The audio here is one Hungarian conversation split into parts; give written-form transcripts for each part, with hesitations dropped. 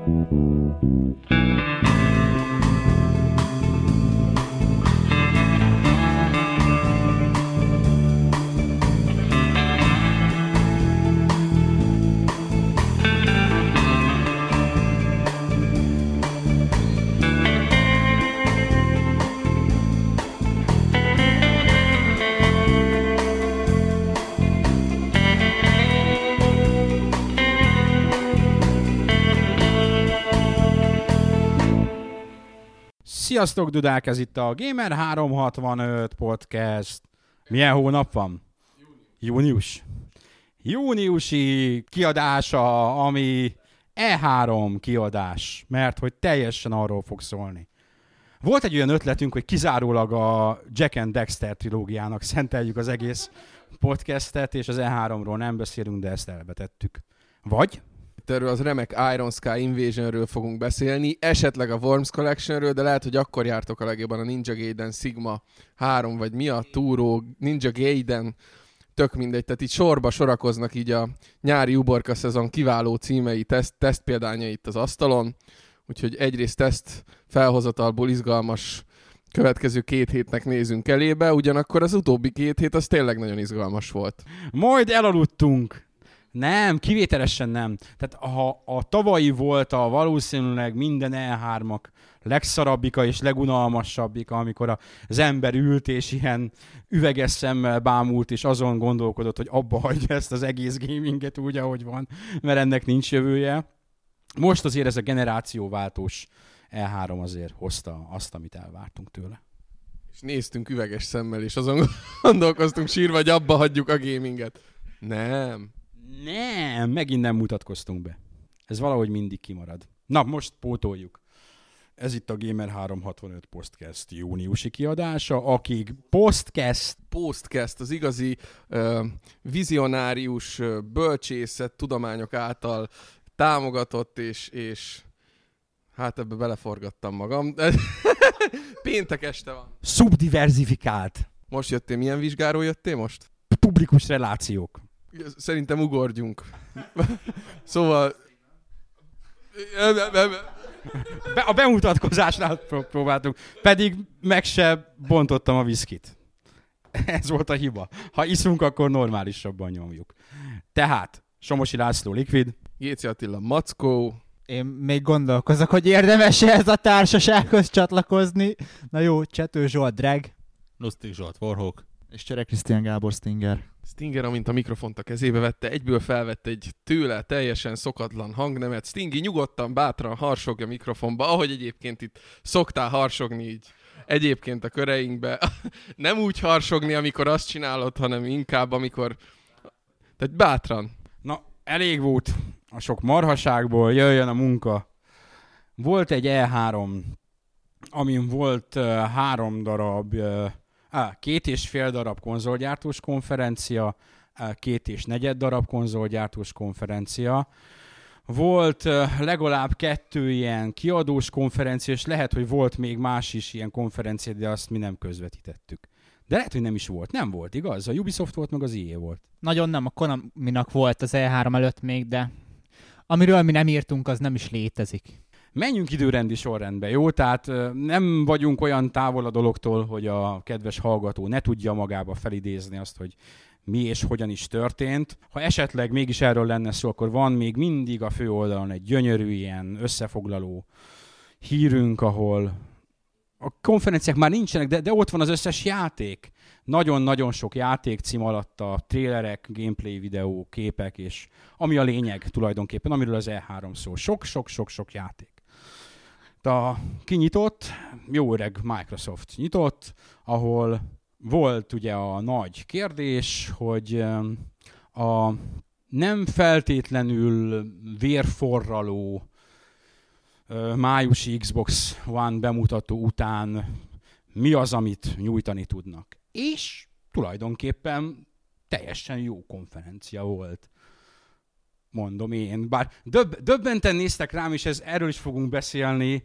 Sziasztok, dudák! Ez itt a Gamer365 Podcast. Milyen hónap van? Június. Júniusi kiadása, ami E3 kiadás, mert hogy teljesen arról fog szólni. Volt egy olyan ötletünk, hogy kizárólag a Jack and Dexter trilógiának szenteljük az egész podcastet, és az E3-ról nem beszélünk, de ezt elvetettük. Vagy? Erről az remek Iron Sky Invasionről fogunk beszélni, esetleg a Worms Collectionről, de lehet, hogy akkor jártok a legjobban a Ninja Gaiden Sigma 3, vagy mi a túró, Ninja Gaiden, tök mindegy. Tehát így sorba sorakoznak így a nyári uborka szezon kiváló címei, teszt példányai itt az asztalon. Úgyhogy egyrészt teszt felhozatalból izgalmas következő 2 hétnek nézünk elébe, ugyanakkor az utóbbi 2 hét az tényleg nagyon izgalmas volt. Majd elaludtunk. Nem, kivételesen nem. Tehát ha a tavalyi volt a valószínűleg minden E3-ak legszarabbika és legunalmasabbika, amikor az ember ült és ilyen üveges szemmel bámult és azon gondolkodott, hogy abba hagyja ezt az egész gaminget úgy, ahogy van, mert ennek nincs jövője. Most azért ez a generációváltós E3 azért hozta azt, amit elvártunk tőle. És néztünk üveges szemmel, és azon gondolkoztunk sírva, hogy abba hagyjuk a gaminget. Nem, megint nem mutatkoztunk be. Ez valahogy mindig kimarad. Na, most pótoljuk. Ez itt a Gamer365 Podcast júniusi kiadása, akik Postcast, az igazi vizionárius bölcsészet tudományok által támogatott, és hát ebbe beleforgattam magam. Péntek este van. Szubdiverzifikált. Most jöttél, milyen vizsgáról jöttél most? Publikus relációk. Szerintem ugorjunk. Szóval... A bemutatkozásnál próbáltunk, pedig meg se bontottam a viszkit. Ez volt a hiba. Ha iszunk, akkor normálisabban nyomjuk. Tehát, Somosi László Liquid. Géci Attila Mackó. Én még gondolkozok, hogy érdemes ez a társasághoz csatlakozni. Na jó, Csető Zsolt Drag. Lustig Zsolt Warhawk. És Csere Krisztián Gábor Stinger. Stinger, amint a mikrofont a kezébe vette, egyből felvette egy tőle teljesen szokatlan hangnemet. Stingy nyugodtan, bátran harsogja a mikrofonba, ahogy egyébként itt szoktál harsogni így egyébként a köreinkbe. Nem úgy harsogni, amikor azt csinálod, hanem inkább amikor... Tehát bátran. Na, elég volt a sok marhaságból, jöjjön a munka. Volt egy E3, amin volt 3 darab... 2,5 darab konzolgyártós konferencia, 2,4 darab konzolgyártós konferencia. Volt legalább 2 ilyen kiadós konferencia, és lehet, hogy volt még más is ilyen konferencia, de azt mi nem közvetítettük. De lehet, hogy nem is volt. Nem volt, igaz? A Ubisoft volt, meg az EA volt. Nagyon nem, a Konaminak volt az E3 előtt még, de amiről mi nem írtunk, az nem is létezik. Menjünk időrendi sorrendbe, jó? Tehát nem vagyunk olyan távol a dologtól, hogy a kedves hallgató ne tudja magába felidézni azt, hogy mi és hogyan is történt. Ha esetleg mégis erről lenne szó, akkor van még mindig a főoldalon egy gyönyörű ilyen összefoglaló hírünk, ahol a konferenciák már nincsenek, de ott van az összes játék. Nagyon-nagyon sok játékcím alatt a trélerek, gameplay videó, képek, és ami a lényeg tulajdonképpen, amiről az E3 szól. Sok játék. Kinyitott, jó öreg Microsoft nyitott, ahol volt ugye a nagy kérdés, hogy a nem feltétlenül vérforraló májusi Xbox One bemutató után mi az, amit nyújtani tudnak. És tulajdonképpen teljesen jó konferencia volt. Mondom én. Bár döbbenten néztek rám, és erről is fogunk beszélni,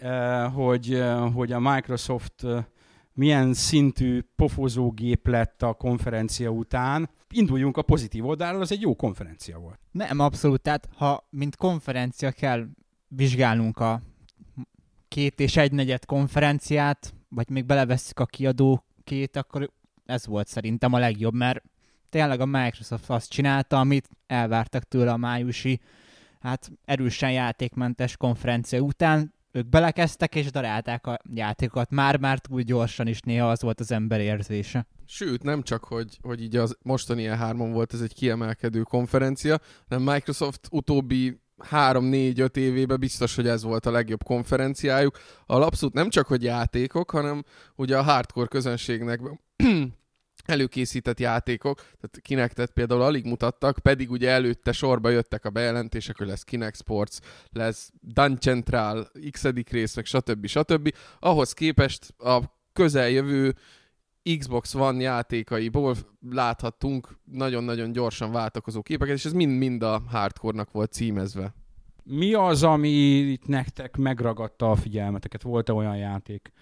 hogy a Microsoft milyen szintű pofozógép lett a konferencia után. Induljunk a pozitív oldalról, az egy jó konferencia volt. Nem, abszolút. Tehát ha mint konferencia kell vizsgálnunk a 2 és 1/4 konferenciát, vagy még belevesszük a kiadó 2, akkor ez volt szerintem a legjobb, mert tényleg a Microsoft azt csinálta, amit elvártak tőle a májusi, erősen játékmentes konferencia után. Ők belekezdtek és darálták a játékokat már túl gyorsan is, néha az volt az ember érzése. Sőt, nem csak, hogy így az mostani E3-on volt ez egy kiemelkedő konferencia, hanem Microsoft utóbbi 3-4-5 évében biztos, hogy ez volt a legjobb konferenciájuk. Abszolút nem csak, hogy játékok, hanem ugye a hardcore közönségnek előkészített játékok, tehát Kinectet például alig mutattak, pedig ugye előtte sorba jöttek a bejelentések, hogy lesz Kinect Sports, lesz Dance Central, x-edik rész, meg stb. Ahhoz képest a közeljövő Xbox One játékaiból láthattunk nagyon-nagyon gyorsan váltakozó képeket, és ez mind a hardcore-nak volt címezve. Mi az, ami itt nektek megragadta a figyelmeteket? Volt-e olyan játék?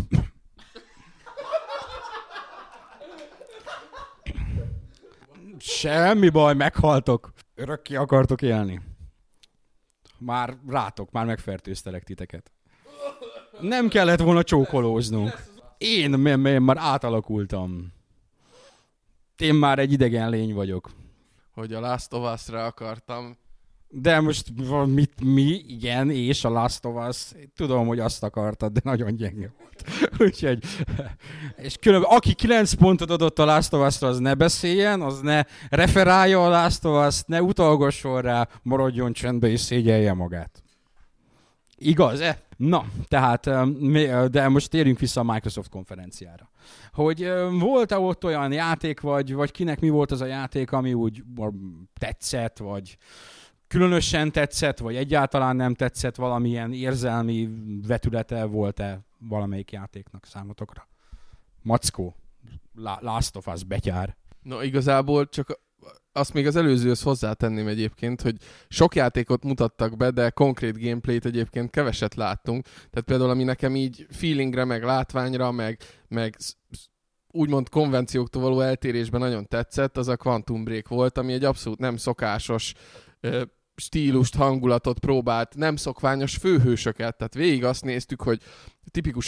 Semmi baj, meghaltok. Örökké akartok élni. Már megfertőztelek titeket. Nem kellett volna csókolóznunk. Én már átalakultam. Én már egy idegen lény vagyok. Hogy a Last of Us-ra akartam. De most mi? Igen, és a Last of Us. Tudom, hogy azt akartad, de nagyon gyenge volt. Úgyhogy, és különben, aki 9 pontot adott a Last of Us-ra, az ne beszéljen, az ne referálja a Last of Us-t, ne utalgasson rá, maradjon csendbe és szégyelje magát. Igaz-e? Na, tehát, de most térjünk vissza a Microsoft konferenciára. Hogy volt-e ott olyan játék, vagy kinek mi volt az a játék, ami úgy tetszett, vagy különösen tetszett, vagy egyáltalán nem tetszett, valamilyen érzelmi vetülete volt-e valamelyik játéknak számotokra? Mackó, Last of Us betyár. No, igazából csak azt még az előzőhöz hozzátenném egyébként, hogy sok játékot mutattak be, de konkrét gameplayt egyébként keveset láttunk. Tehát például, ami nekem így feelingre, meg látványra, meg úgymond konvencióktól való eltérésben nagyon tetszett, az a Quantum Break volt, ami egy abszolút nem szokásos stílust, hangulatot próbált, nem szokványos főhősöket. Tehát végig azt néztük, hogy tipikus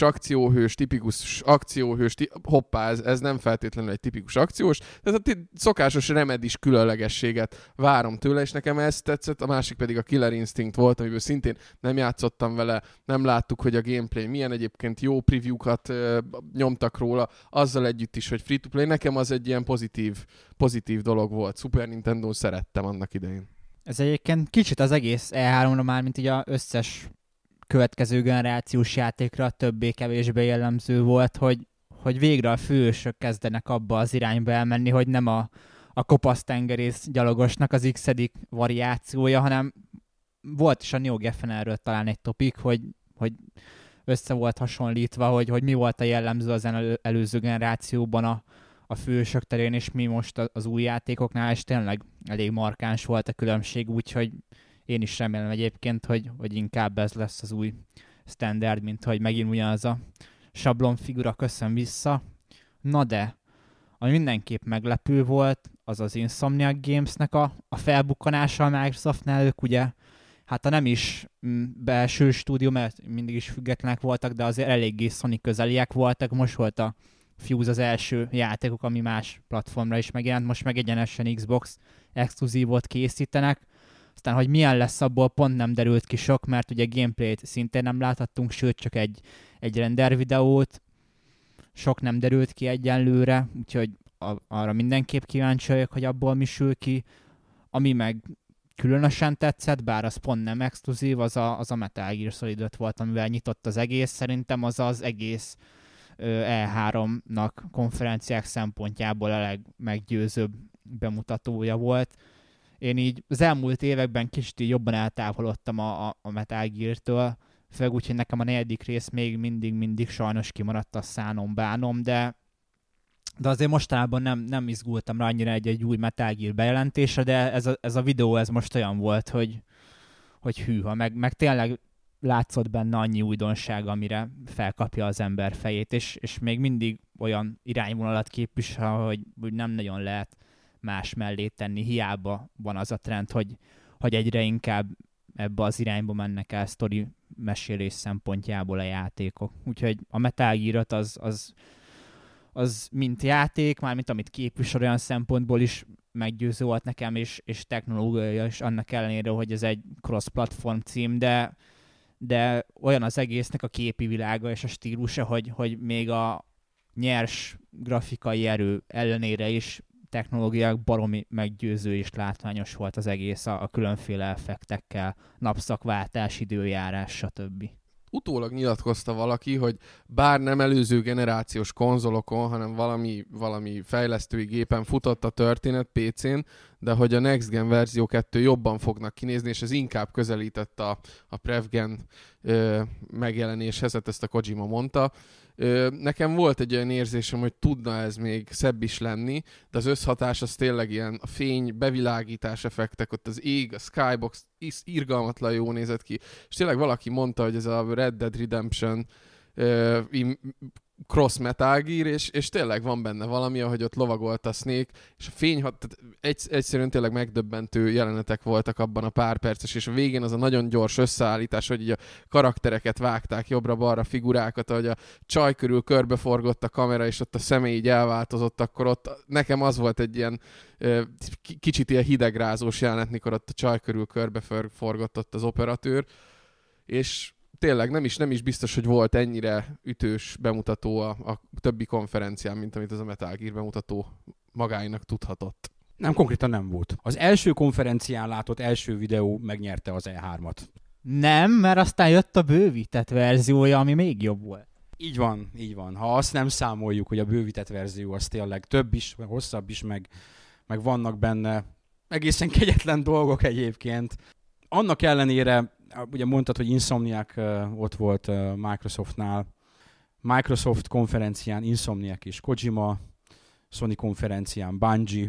akcióhős, hoppá, ez nem feltétlenül egy tipikus akciós, tehát a szokásos remedis különlegességet várom tőle, és nekem ez tetszett, a másik pedig a Killer Instinct volt, amiből szintén nem játszottam vele, nem láttuk, hogy a gameplay milyen, egyébként jó preview-kat nyomtak róla, azzal együtt is, hogy free-to-play, nekem az egy ilyen pozitív dolog volt. Super Nintendo szerettem annak idején. Ez egyébként kicsit az egész E3-ra már, mint így az összes következő generációs játékra többé-kevésbé jellemző volt, hogy végre a fősök kezdenek abba az irányba elmenni, hogy nem a kopasz tengerész gyalogosnak az x-edik variációja, hanem volt is a Neo Geffen erről talán egy topik, hogy össze volt hasonlítva, hogy mi volt a jellemző az előző generációban a fősök terén, és mi most az új játékoknál, és tényleg elég markáns volt a különbség, úgyhogy én is remélem egyébként, hogy inkább ez lesz az új standard, mint hogy megint ugyanaz a sablonfigura köszön vissza. Na de, ami mindenképp meglepő volt, az az Insomniac Games-nek a felbukkanása a Microsoftnál. Ők ugye, hát a nem is belső stúdió, mert mindig is függetlenek voltak, de azért eléggé Sony közeliek voltak. Most volt a Fuse az első játékok, ami más platformra is megjelent, most meg egyenesen Xbox exkluzívot készítenek. Aztán, hogy milyen lesz, abból pont nem derült ki sok, mert ugye gameplayt szintén nem láthattunk, sőt csak egy render videót. Sok nem derült ki egyenlőre, úgyhogy arra mindenképp kíváncsi vagyok, hogy abból mi sül ki. Ami meg különösen tetszett, bár az pont nem exkluzív, az a Metal Gear Solid 5 volt, amivel nyitott az egész. Szerintem az egész E3-nak konferenciák szempontjából a legmeggyőzőbb bemutatója volt. Én így az elmúlt években kicsit jobban eltávolodtam a Metal Gear-től, főleg úgy, hogy nekem a 4. rész még mindig sajnos kimaradt, a szánom-bánom, de azért mostanában nem izgultam rá annyira egy új Metal Gear bejelentésre, de ez a videó ez most olyan volt, hogy hűha, meg tényleg látszott benne annyi újdonság, amire felkapja az ember fejét, és még mindig olyan irányvonalat képvisel, hogy nem nagyon lehet más mellé tenni. Hiába van az a trend, hogy egyre inkább ebbe az irányba mennek el sztori mesélés szempontjából a játékok. Úgyhogy a Metal Gear az mint játék, mármint amit képvisel olyan szempontból is meggyőző volt nekem, és technológia is annak ellenére, hogy ez egy cross-platform cím, de olyan az egésznek a képi világa és a stílusa, hogy még a nyers grafikai erő ellenére is technológiák baromi meggyőző és látványos volt az egész a különféle effektekkel, napszakváltás, időjárás, stb. Utólag nyilatkozta valaki, hogy bár nem előző generációs konzolokon, hanem valami fejlesztői gépen futott a történet PC-n, de hogy a Next Gen verzió 2 jobban fognak kinézni, és ez inkább közelített a Prevgen megjelenéshez, hát ezt a Kojima mondta. Nekem volt egy olyan érzésem, hogy tudna ez még szebb is lenni, de az összhatás az tényleg ilyen a fény, bevilágítás effektek, ott az ég, a skybox irgalmatlan jó nézett ki, és tényleg valaki mondta, hogy ez a Red Dead Redemption cross Metal Gear, és tényleg van benne valami, ahogy ott lovagolt a Snake, és a fény, egyszerűen tényleg megdöbbentő jelenetek voltak abban a pár perces, és a végén az a nagyon gyors összeállítás, hogy így a karaktereket vágták jobbra-balra, figurákat, ahogy a csaj körül körbeforgott a kamera, és ott a személy így elváltozott, akkor ott nekem az volt egy ilyen kicsit ilyen hidegrázós jelenet, mikor ott a csaj körül körbeforgott ott az operatőr, és tényleg nem is biztos, hogy volt ennyire ütős bemutató a többi konferencián, mint amit az a Metal Gear bemutató magáinak tudhatott. Nem, konkrétan nem volt. Az első konferencián látott első videó megnyerte az E3-at. Nem, mert aztán jött a bővített verziója, ami még jobb volt. Így van, így van. Ha azt nem számoljuk, hogy a bővített verzió az tényleg több is, hosszabb is, meg vannak benne egészen kegyetlen dolgok egyébként. Annak ellenére, ugye mondtad, hogy Insomniac ott volt Microsoftnál. Microsoft konferencián Insomniac és Kojima, Sony konferencián Bungie.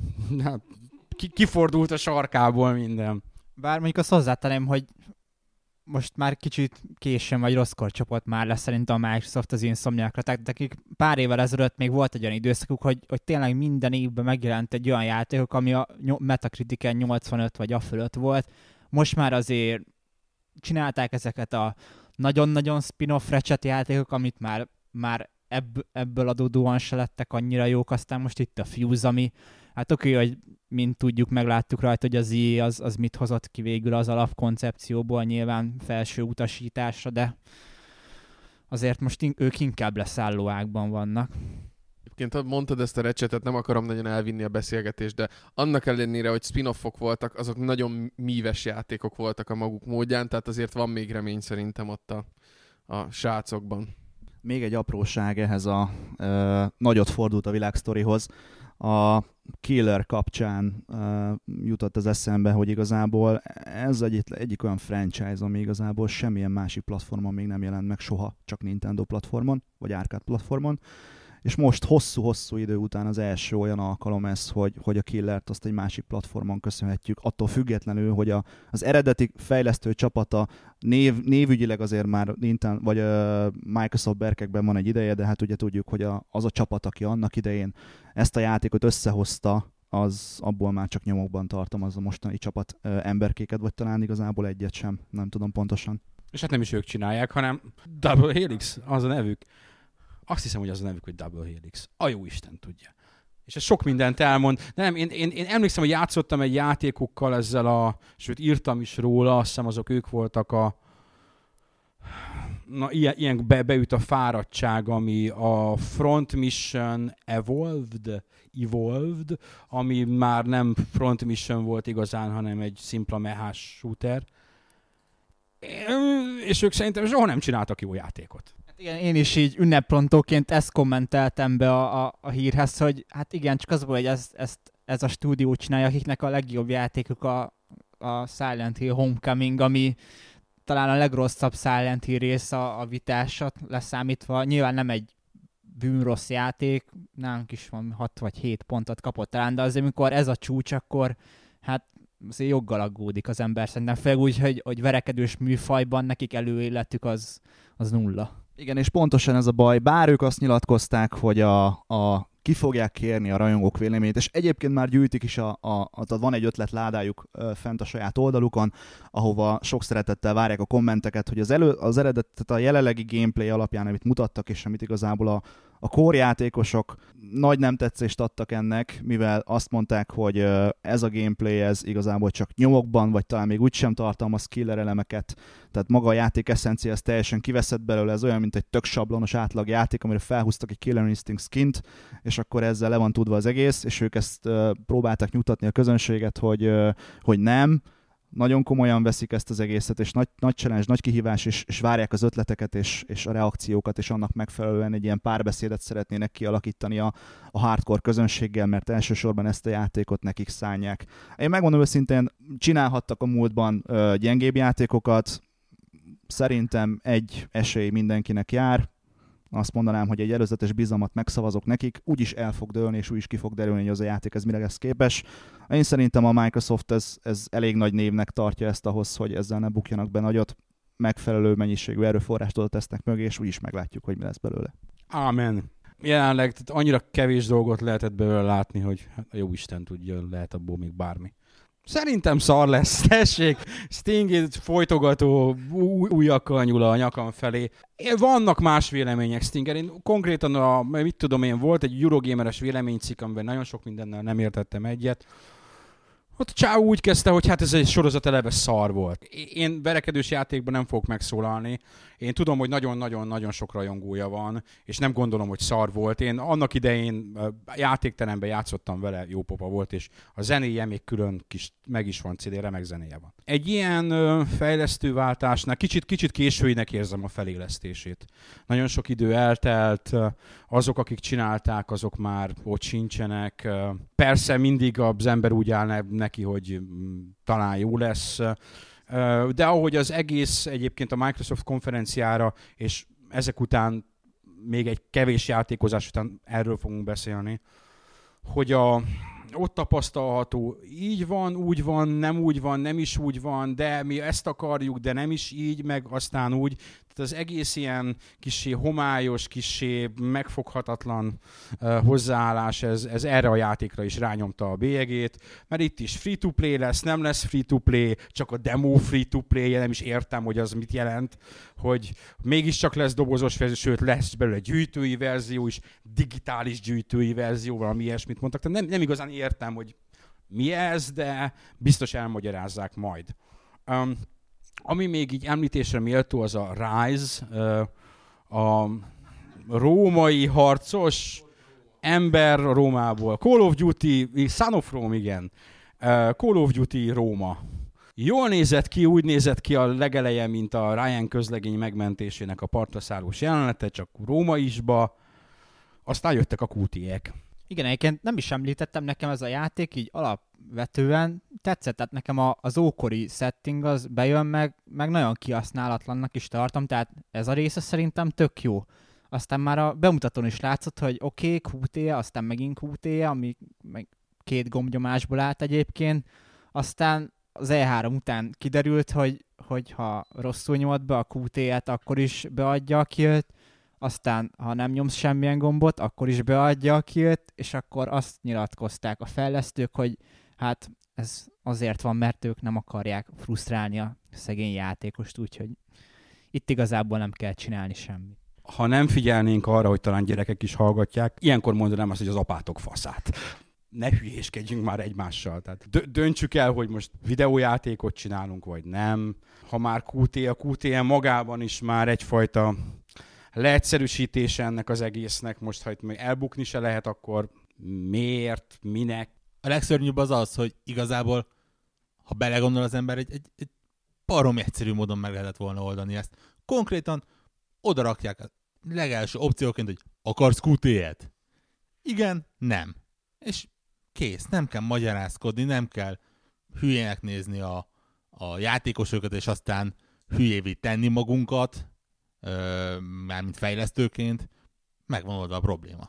Kifordult a sarkából minden. Bár mondjuk azt hozzátenném, hogy most már kicsit későn vagy rosszkor csapott már lesz szerintem a Microsoft az Insomniacra. Tehát nekik pár évvel ezelőtt még volt egy olyan időszakuk, hogy tényleg minden évben megjelent egy olyan játékok, ami a Metacritiken 85 vagy afölött volt. Most már azért csinálták ezeket a nagyon-nagyon spin-off recset játékok, amit már ebből adódóan se lettek annyira jók, aztán most itt a Fuse, ami hát oké, hogy mint tudjuk, megláttuk rajta, hogy az EA az mit hozott ki végül az alapkoncepcióból, nyilván felső utasításra, de azért most ők inkább leszálló ágban vannak. Egyébként mondtad ezt a recsetet, nem akarom nagyon elvinni a beszélgetést, de annak ellenére, hogy spin-offok voltak, azok nagyon míves játékok voltak a maguk módján, tehát azért van még remény szerintem ott a srácokban. Még egy apróság ehhez nagyot fordult a világsztorihoz. A Killer kapcsán jutott az eszembe, hogy igazából ez egyik olyan franchise, ami igazából semmilyen másik platformon még nem jelent meg soha, csak Nintendo platformon, vagy arcade platformon. És most hosszú-hosszú idő után az első olyan alkalom ez, hogy a Killert azt egy másik platformon köszönhetjük. Attól függetlenül, hogy az eredeti fejlesztő csapata névügyileg azért már Nintendo, vagy Microsoft berkekben van egy ideje, de hát ugye tudjuk, hogy az a csapat, aki annak idején ezt a játékot összehozta, az abból már csak nyomokban tartom, az a mostani csapat emberkéket, vagy talán igazából egyet sem, nem tudom pontosan. És hát nem is ők csinálják, hanem Double Helix, az a nevük. Azt hiszem, hogy az a nevük, hogy Double Helix. A jó Isten tudja. És ez sok mindent elmond. De nem, én emlékszem, hogy játszottam egy játékokkal ezzel sőt írtam is róla, azt hiszem ők voltak ilyen beüt a fáradtság, ami a Front Mission Evolved, ami már nem Front Mission volt igazán, hanem egy szimpla mehás shooter. És ők szerintem soha nem csináltak jó játékot. Igen, én is így ünneprontóként ezt kommenteltem be a hírhez, hogy hát igen, csak az volt, hogy ez a stúdió csinálja, akiknek a legjobb játékuk a Silent Hill Homecoming, ami talán a legrosszabb Silent Hill rész a vitásat leszámítva. Nyilván nem egy bűnrossz játék, nálunk is van 6 vagy 7 pontot kapott talán, de azért amikor ez a csúcs, akkor hát azért joggal aggódik az ember szerintem, főleg úgy, hogy verekedős műfajban nekik előéletük az nulla. Igen, és pontosan ez a baj. Bár ők azt nyilatkozták, hogy a ki fogják kérni a rajongók véleményét, és egyébként már gyűjtik is, tehát van egy ötletládájuk fent a saját oldalukon, ahova sok szeretettel várják a kommenteket, hogy az eredet, tehát a jelenlegi gameplay alapján, amit mutattak, és amit igazából a core játékosok nagy nem tetszést adtak ennek, mivel azt mondták, hogy ez a gameplay ez igazából csak nyomokban, vagy talán még úgysem tartalmaz killer elemeket, tehát maga a játék eszencia ez teljesen kiveszett belőle, ez olyan, mint egy tök sablonos átlag játék, amire felhúztak egy Killer Instinct skint, és akkor ezzel le van tudva az egész, és ők ezt próbálták nyugtatni a közönséget, hogy nem, nagyon komolyan veszik ezt az egészet, és nagy challenge, nagy kihívás, és várják az ötleteket, és a reakciókat, és annak megfelelően egy ilyen párbeszédet szeretnének kialakítani a hardcore közönséggel, mert elsősorban ezt a játékot nekik szánják. Én megmondom őszintén, csinálhattak a múltban gyengébb játékokat, szerintem egy esély mindenkinek jár, azt mondanám, hogy egy előzetes bizalmat megszavazok nekik, úgyis el fog dőlni, és úgyis ki fog derülni, hogy az a játék ez mire lesz képes. Én szerintem a Microsoft ez elég nagy névnek tartja ezt ahhoz, hogy ezzel ne bukjanak be nagyot, megfelelő mennyiségű erőforrást oda tesznek mögé, és úgyis meglátjuk, hogy mi lesz belőle. Amen. Jelenleg annyira kevés dolgot lehetett belőle látni, hogy a jó Isten tudja, lehet abból még bármi. Szerintem szar lesz, tessék, Sting folytogató ujjakkal nyúl a nyakam felé. Vannak más vélemények Stinger. Én konkrétan volt egy Eurogameres véleménycikk, amiben nagyon sok mindennel nem értettem egyet. Ott a csávó úgy kezdte, hogy hát ez egy sorozat eleve szar volt. Én verekedős játékban nem fogok megszólalni. Én tudom, hogy nagyon-nagyon-nagyon sok rajongója van, és nem gondolom, hogy szar volt. Én annak idején játékteremben játszottam vele, jó popa volt, és a zenéje még külön meg is van CD, remek zenéje van. Egy ilyen fejlesztőváltásnál kicsit későinek érzem a felélesztését. Nagyon sok idő eltelt, azok, akik csinálták, azok már ott sincsenek. Persze mindig az ember úgy áll neki, hogy talán jó lesz, de ahogy az egész egyébként a Microsoft konferenciára, és ezek után még egy kevés játékozás után erről fogunk beszélni, hogy ott tapasztalható, így van, úgy van, nem is úgy van, de mi ezt akarjuk, de nem is így, meg aztán úgy. Tehát az egész ilyen kissé homályos, kissé megfoghatatlan hozzáállás, ez erre a játékra is rányomta a bélyegét, mert itt is free-to-play lesz, nem lesz free-to-play, csak a demo free-to-play, nem is értem, hogy az mit jelent, hogy mégiscsak lesz dobozos verzió, sőt lesz belőle gyűjtői verzió is, digitális gyűjtői verzió, valami ilyesmit mondtak. Tehát nem igazán értem, hogy mi ez, de biztos elmagyarázzák majd. Ami még így említésre méltó, az a Rise, a római harcos ember Rómából. Call of Duty, Son of Rome, igen. Call of Duty Róma. Jól nézett ki, úgy nézett ki a legeleje, mint a Ryan közlegény megmentésének a partra szállós jelenete, csak Róma isba. Aztán jöttek a QT-ek. Igen, egyébként nem is említettem, nekem ez a játék így alapvetően tetszett, tehát nekem az ókori setting az bejön meg nagyon kihasználatlannak is tartom, tehát ez a része szerintem tök jó. Aztán már a bemutatón is látszott, hogy oké, QT-je, aztán megint QT-je, ami meg 2 gombnyomásból állt egyébként, aztán az E3 után kiderült, hogy ha rosszul nyomod be a QT-et, akkor is beadja a killt, aztán, ha nem nyomsz semmilyen gombot, akkor is beadja a killt, és akkor azt nyilatkozták a fejlesztők, hogy hát ez azért van, mert ők nem akarják frusztrálni a szegény játékost, úgyhogy itt igazából nem kell csinálni semmit. Ha nem figyelnénk arra, hogy talán gyerekek is hallgatják, ilyenkor mondanám azt, hogy az apátok faszát. Ne hülyéskedjünk már egymással. Tehát döntsük el, hogy most videójátékot csinálunk, vagy nem. Ha már a QT magában is már egyfajta leegyszerűsítése ennek az egésznek, most ha itt még elbukni se lehet, akkor miért, minek? A legszörnyűbb az, hogy igazából, ha belegondol az ember, egy baromi egyszerű módon meg lehetett volna oldani ezt. Konkrétan odarakják a legelső opcióként, hogy akarsz QT-et? Igen, nem. És kész, nem kell magyarázkodni, nem kell hülyének nézni a játékosokat, és aztán hülyévé tenni magunkat, mármint fejlesztőként, megvan oda a probléma.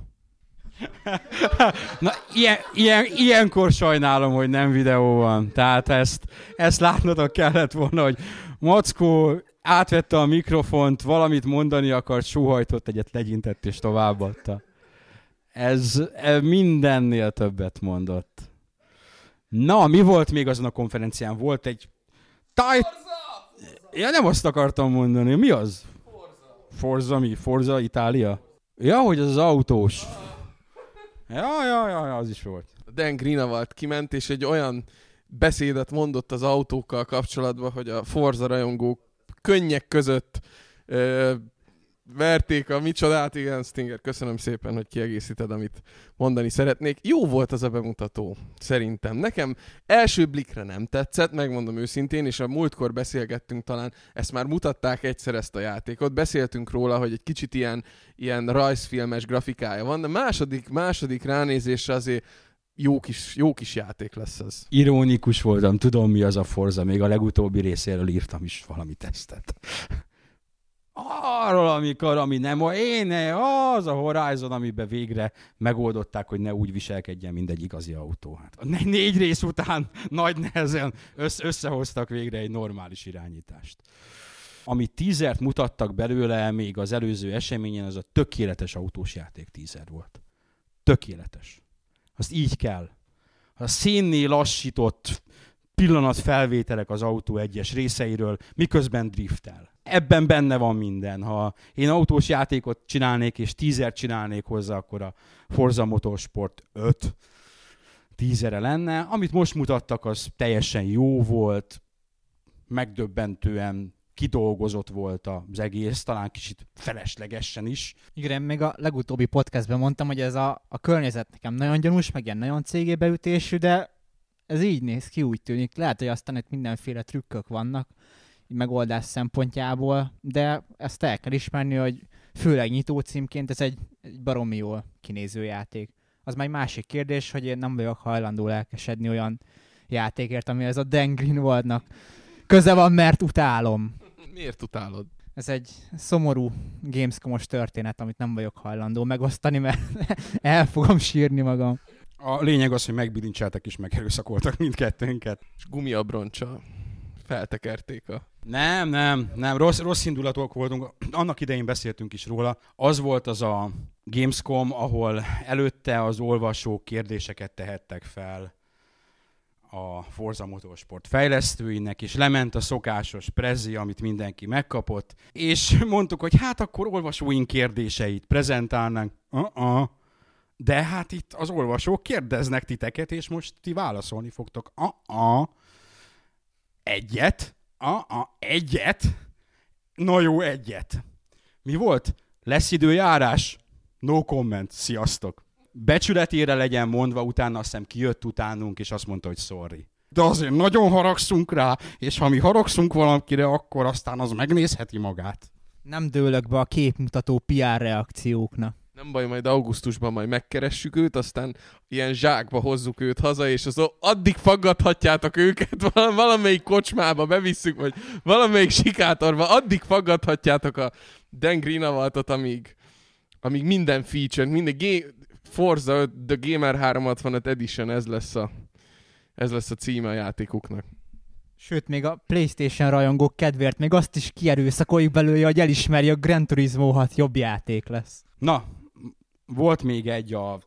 Na, ilyenkor sajnálom, hogy nem videó van. Tehát ezt látnotok kellett volna, hogy Mackó átvette a mikrofont, valamit mondani akart, sóhajtott egyet, legyintett és továbbadta. Ez mindennél többet mondott. Na, mi volt még azon a konferencián? Volt egy... Ja, nem azt akartam mondani. Mi az? Forza mi? Forza Itália? Ja, hogy az autós. Ja, az is volt. Dan Greenawalt kiment, és egy olyan beszédet mondott az autókkal kapcsolatban, hogy a Forza rajongók könnyek között verték a micsodát. Igen, Stinger, köszönöm szépen, hogy kiegészíted, amit mondani szeretnék. Jó volt az a bemutató, szerintem. Nekem első blikre nem tetszett, megmondom őszintén, és a múltkor beszélgettünk talán, ezt már mutatták egyszer ezt a játékot, beszéltünk róla, hogy egy kicsit ilyen rajzfilmes grafikája van, de második ránézésre azért jó kis játék lesz ez. Ironikus voltam, tudom mi az a Forza, még a legutóbbi részéről írtam is valami tesztet. Arról, ami nem az a Horizon, amiben végre megoldották, hogy ne úgy viselkedjen, mint egy igazi autó. Hát 4 rész után nagy nehezen összehoztak végre egy normális irányítást. Ami teasert mutattak belőle még az előző eseményen, az a tökéletes autós játék teaser volt. Tökéletes. Azt így kell. A szénné lassított pillanatfelvételek az autó egyes részeiről, miközben driftel. Ebben benne van minden. Ha én autós játékot csinálnék, és teasert csinálnék hozzá, akkor a Forza Motorsport 5 teasere lenne. Amit most mutattak, az teljesen jó volt, megdöbbentően kidolgozott volt az egész, talán kicsit feleslegesen is. Igen, még a legutóbbi podcastben mondtam, hogy ez a környezet nekem nagyon gyanús, meg ilyen nagyon cégébeütésű, de ez így néz ki, úgy tűnik. Lehet, hogy aztán itt mindenféle trükkök vannak megoldás szempontjából, de ezt el kell ismerni, hogy főleg nyitó címként ez egy baromi jól kinéző játék. Az már egy másik kérdés, hogy én nem vagyok hajlandó lelkesedni olyan játékért, ami ez a Dan Greenwaldnak köze van, mert utálom. Miért utálod? Ez egy szomorú Gamescom-os történet, amit nem vagyok hajlandó megosztani, mert el fogom sírni magam. A lényeg az, hogy megbilincseltek és megerőszakoltak mindkettőnket. És gumiabroncsal feltekerték a... Nem, rossz indulatok voltunk. Annak idején beszéltünk is róla. Az volt az a Gamescom, ahol előtte az olvasók kérdéseket tehettek fel a Forza Motorsport fejlesztőinek, és lement a szokásos prezi, amit mindenki megkapott, és mondtuk, hogy hát akkor olvasóink kérdéseit prezentálnánk. De hát itt az olvasók kérdeznek titeket, és most ti válaszolni fogtok. Egyet? Egyet? Na jó, egyet. Mi volt? Lesz időjárás? No comment. Sziasztok. Becsületére legyen mondva, utána azt hiszem kijött utánunk, és azt mondta, hogy sorry. De azért nagyon haragszunk rá, és ha mi haragszunk valakire, akkor aztán az megnézheti magát. Nem dőlök be a képmutató PR reakcióknak. Nem baj, majd augusztusban majd megkeressük őt, aztán ilyen zsákba hozzuk őt haza, és addig faggathatjátok őket, valamelyik kocsmába bevisszük, vagy valamelyik sikátorba, addig faggathatjátok a Dan Greenawaltot, amíg minden feature, minden Forza The Gamer 365 Edition, ez lesz a címe a játékuknak. Sőt, még a PlayStation rajongók kedvéért még azt is kierőszakoljuk belőle, hogy elismerje, a Gran Turismo 6 jobb játék lesz. Na, volt még egy a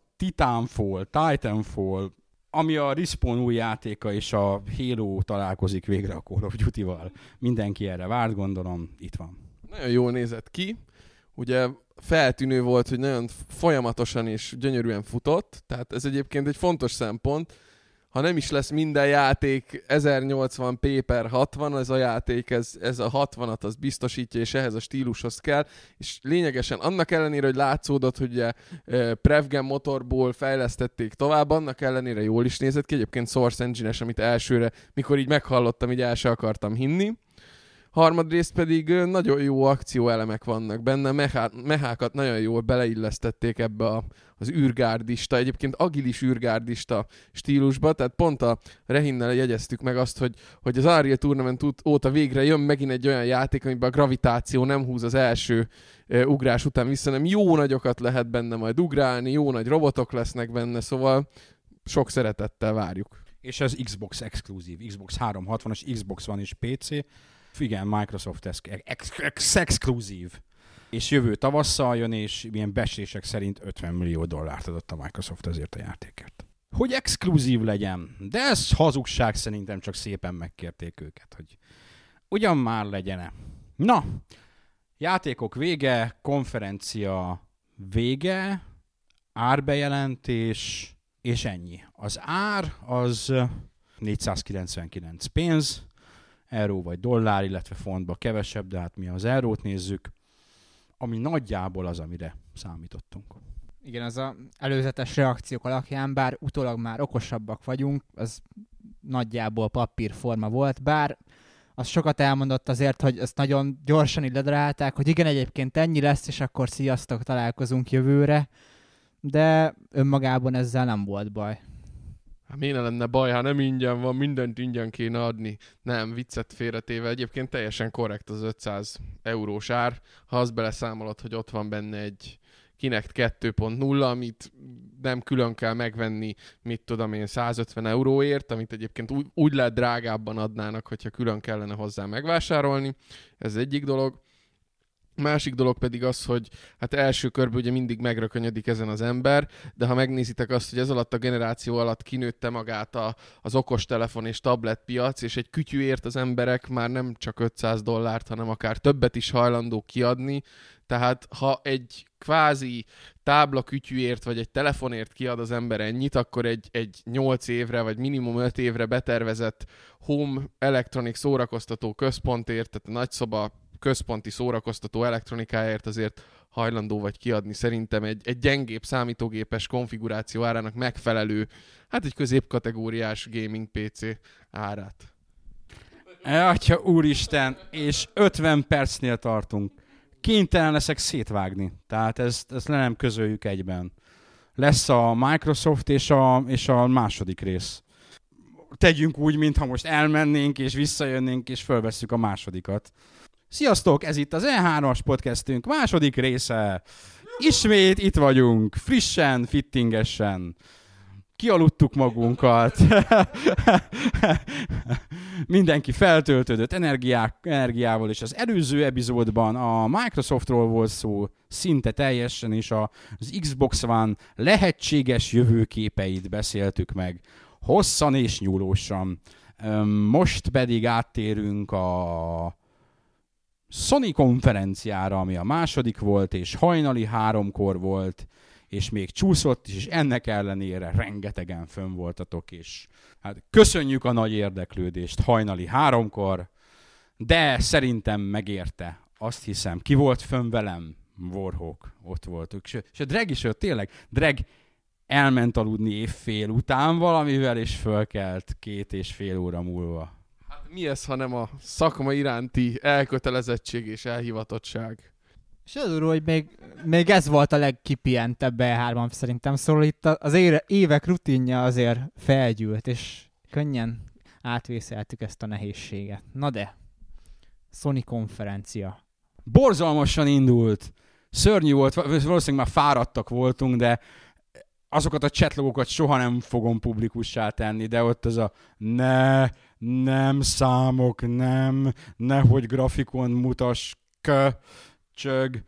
Titanfall, ami a Respawn új játéka, és a Halo találkozik végre a Call of Duty-val. Mindenki erre várt, gondolom, itt van. Nagyon jól nézett ki. Ugye feltűnő volt, hogy nagyon folyamatosan és gyönyörűen futott, tehát ez egyébként egy fontos szempont. Ha nem is lesz minden játék 1080p/60, ez a játék, ez a 60-at az biztosítja, és ehhez a stílushoz kell, és lényegesen annak ellenére, hogy látszódott, hogy ugye Prevgen motorból fejlesztették tovább, annak ellenére jól is nézett ki, egyébként Source Engine-es, amit elsőre, mikor így meghallottam, így el se akartam hinni. Harmadrészt pedig nagyon jó akcióelemek vannak benne, mehákat nagyon jól beleillesztették ebbe az űrgárdista, egyébként agilis űrgárdista stílusba, tehát pont a Rehinnel jegyeztük meg azt, hogy az Unreal Tournament óta végre jön megint egy olyan játék, amiben a gravitáció nem húz az első ugrás után vissza, hanem jó nagyokat lehet benne majd ugrálni, jó nagy robotok lesznek benne, szóval sok szeretettel várjuk. És ez Xbox exkluzív, Xbox 360-as, Xbox One és PC. Igen, Microsoft exkluzív. és jövő tavasszal jön, és ilyen becslések szerint $50 millió adott a Microsoft ezért a játékért. Hogy exkluzív legyen, de ez hazugság, szerintem csak szépen megkérték őket, hogy ugyan már legyen-e. Na, játékok vége, konferencia vége, árbejelentés, és ennyi. Az ár az 499 pénz, euró vagy dollár, illetve fontba kevesebb, de hát mi az eurót nézzük, ami nagyjából az, amire számítottunk. Igen, az az előzetes reakciók alapján, bár utólag már okosabbak vagyunk, az nagyjából papírforma volt, bár az sokat elmondott azért, hogy ezt nagyon gyorsan így ledarálták, hogy igen, egyébként ennyi lesz, és akkor sziasztok, találkozunk jövőre, de önmagában ezzel nem volt baj. Hát miért lenne baj, ha nem ingyen van, mindent ingyen kéne adni. Nem, viccet félretéve, egyébként teljesen korrekt az 500 eurós ár, ha azt beleszámolod, hogy ott van benne egy Kinect 2.0, amit nem külön kell megvenni, mit tudom én, 150 euróért, amit egyébként úgy lehet drágábban adnának, hogyha külön kellene hozzá megvásárolni. Ez egyik dolog. Másik dolog pedig az, hogy hát első körben ugye mindig megrökönyödik ezen az ember, de ha megnézitek azt, hogy ez alatt a generáció alatt kinőtte magát az okostelefon és tablet piac, és egy kütyűért az emberek már nem csak $500, hanem akár többet is hajlandók kiadni, tehát ha egy kvázi táblakütyűért vagy egy telefonért kiad az ember ennyit, akkor egy 8 évre vagy minimum 5 évre betervezett home electronic szórakoztató központért, tehát a nagyszoba központi szórakoztató elektronikáért azért hajlandó vagy kiadni szerintem egy gyengébb számítógépes konfiguráció árának megfelelő, hát egy középkategóriás gaming PC árát. Atya úristen, és 50 percnél tartunk. Kénytelen leszek szétvágni, tehát ezt le nem közöljük egyben. Lesz a Microsoft és a második rész. Tegyünk úgy, mintha most elmennénk és visszajönnénk és fölvesszük a másodikat. Sziasztok, ez itt az E3-as podcastünk második része. Ismét itt vagyunk, frissen, fittingesen. Kialudtuk magunkat. Mindenki feltöltődött energiával, és az előző epizódban a Microsoftról volt szó szinte teljesen, és az Xbox One lehetséges jövőképeit beszéltük meg hosszan és nyúlósan. Most pedig áttérünk a Sony konferenciára, ami a második volt, és hajnali 3-kor volt, és még csúszott is, és ennek ellenére rengetegen fönn voltatok, és hát köszönjük a nagy érdeklődést hajnali 3-kor, de szerintem megérte. Azt hiszem, ki volt fönn velem? Warhawk, ott voltunk. És a Drag is jött, tényleg. Drag elment aludni évfél után valamivel, és fölkelt 2,5 óra múlva. Hát mi ez, hanem a szakma iránti elkötelezettség és elhivatottság? És az úr, hogy még ez volt a legkipihentebb E3-am szerintem, szóval itt az évek rutinja azért felgyűlt, és könnyen átvészeltük ezt a nehézséget. Na de, Sony konferencia. Borzalmasan indult, szörnyű volt, valószínűleg már fáradtak voltunk, de azokat a chatlogokat soha nem fogom publikussá tenni, de ott az a nem számok, nehogy grafikon mutass, csög,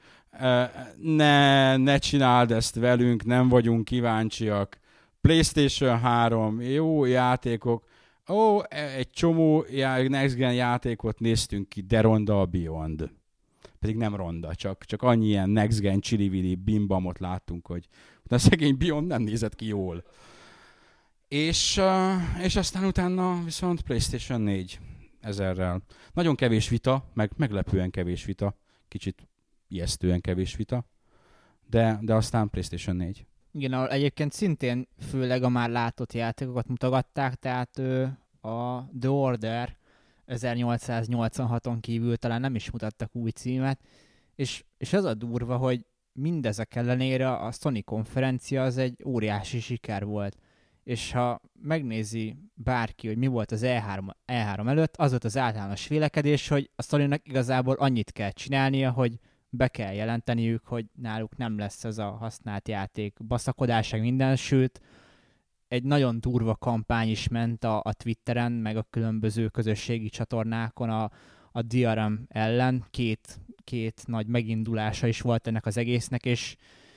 ne csináld ezt velünk, nem vagyunk kíváncsiak. PlayStation 3, jó játékok, egy csomó Next Gen játékot néztünk ki, de ronda a Beyond. Pedig nem ronda, csak annyi ilyen Next Gen csili-vili bimbamot láttunk, hogy a szegény Beyond nem nézett ki jól. És aztán utána viszont PlayStation 4 ezerrel. Nagyon kevés vita, meglepően kevés vita, kicsit ijesztően kevés vita, de aztán PlayStation 4. Igen, egyébként szintén főleg a már látott játékokat mutogatták, tehát a The Order 1886-on kívül talán nem is mutattak új címet, és az a durva, hogy mindezek ellenére a Sony konferencia az egy óriási siker volt. És ha megnézi bárki, hogy mi volt az E3 előtt, az volt az általános vélekedés, hogy a Sony-nak igazából annyit kell csinálnia, hogy be kell jelenteniük, hogy náluk nem lesz ez a használt játék baszakodás, meg minden, sőt, egy nagyon durva kampány is ment a Twitteren, meg a különböző közösségi csatornákon a DRM ellen, két nagy megindulása is volt ennek az egésznek, és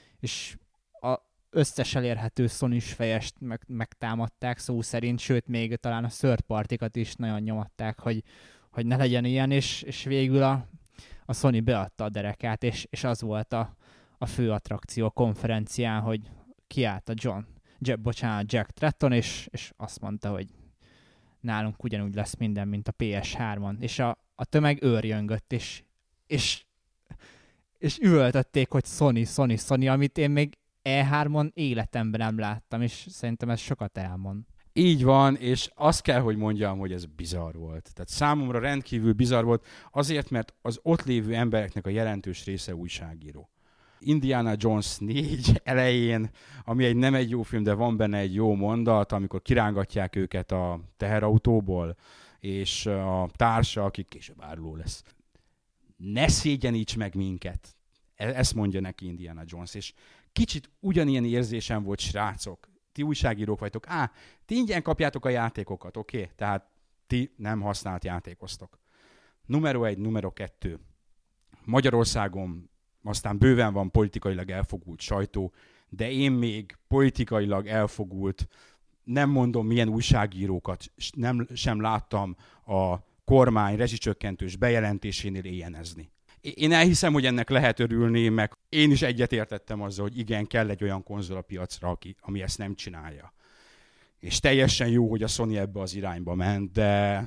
a összes elérhető Sony-s fejest megtámadták szó szerint, sőt még talán a third partikat is nagyon nyomatták, hogy ne legyen ilyen, és végül a Sony beadta a derekát, és az volt a fő attrakció a konferencián, hogy kiállt a Jack Tretton, és azt mondta, hogy nálunk ugyanúgy lesz minden, mint a PS3-on. És a tömeg őrjöngött, és üvöltötték, hogy Sony, amit én még E3-on életemben nem láttam, és szerintem ez sokat elmond. Így van, és azt kell, hogy mondjam, hogy ez bizarr volt. Tehát számomra rendkívül bizarr volt, azért, mert az ott lévő embereknek a jelentős része újságíró. Indiana Jones 4 elején, ami nem egy jó film, de van benne egy jó mondat, amikor kirángatják őket a teherautóból, és a társa, aki később áruló lesz. Ne szégyeníts meg minket. Ezt mondja neki Indiana Jones, és kicsit ugyanilyen érzésem volt, srácok. Ti újságírók vagytok. Ti ingyen kapjátok a játékokat, oké? Tehát ti nem használt játékoztok. Numero 1, numero 2. Magyarországon aztán bőven van politikailag elfogult sajtó, de én még politikailag elfogult, nem mondom milyen újságírókat sem láttam a kormány rezsicsökkentős bejelentésénél éjjenezni. Én elhiszem, hogy ennek lehet örülni, meg én is egyetértettem azzal, hogy igen, kell egy olyan konzol a piacra, ami ezt nem csinálja. És teljesen jó, hogy a Sony ebbe az irányba ment, de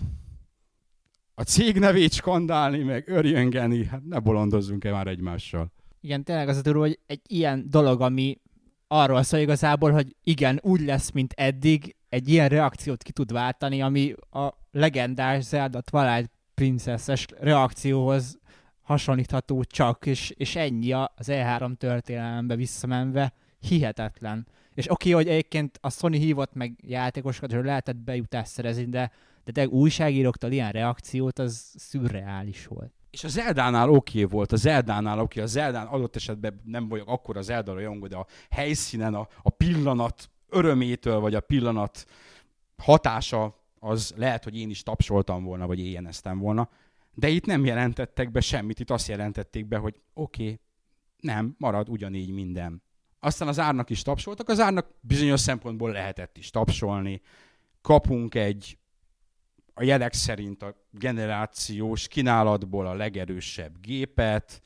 a cég nevét skandálni, meg örjöngeni, hát ne bolondozzunk-e már egymással. Igen, tényleg az a durva, hogy egy ilyen dolog, ami arról szól igazából, hogy igen, úgy lesz, mint eddig, egy ilyen reakciót ki tud váltani, ami a legendás Zelda Twilight Princess-es reakcióhoz hasonlítható csak, és ennyi az E3 történelembe visszamenve hihetetlen. És oké, hogy egyébként a Sony hívott meg játékosokat, és lehetett bejutást szerezni, de újságíróktól ilyen reakciót, az szürreális volt. És a Zeldánál oké volt, a Zeldán adott esetben nem vagyok akkora Zelda rajongó, de a helyszínen a pillanat örömétől, vagy a pillanat hatása, az lehet, hogy én is tapsoltam volna, vagy éjjeneztem volna. De itt nem jelentettek be semmit, itt azt jelentették be, hogy oké, nem, marad ugyanígy minden. Aztán az árnak is tapsoltak, az árnak bizonyos szempontból lehetett is tapsolni. Kapunk a jelek szerint a generációs kínálatból a legerősebb gépet,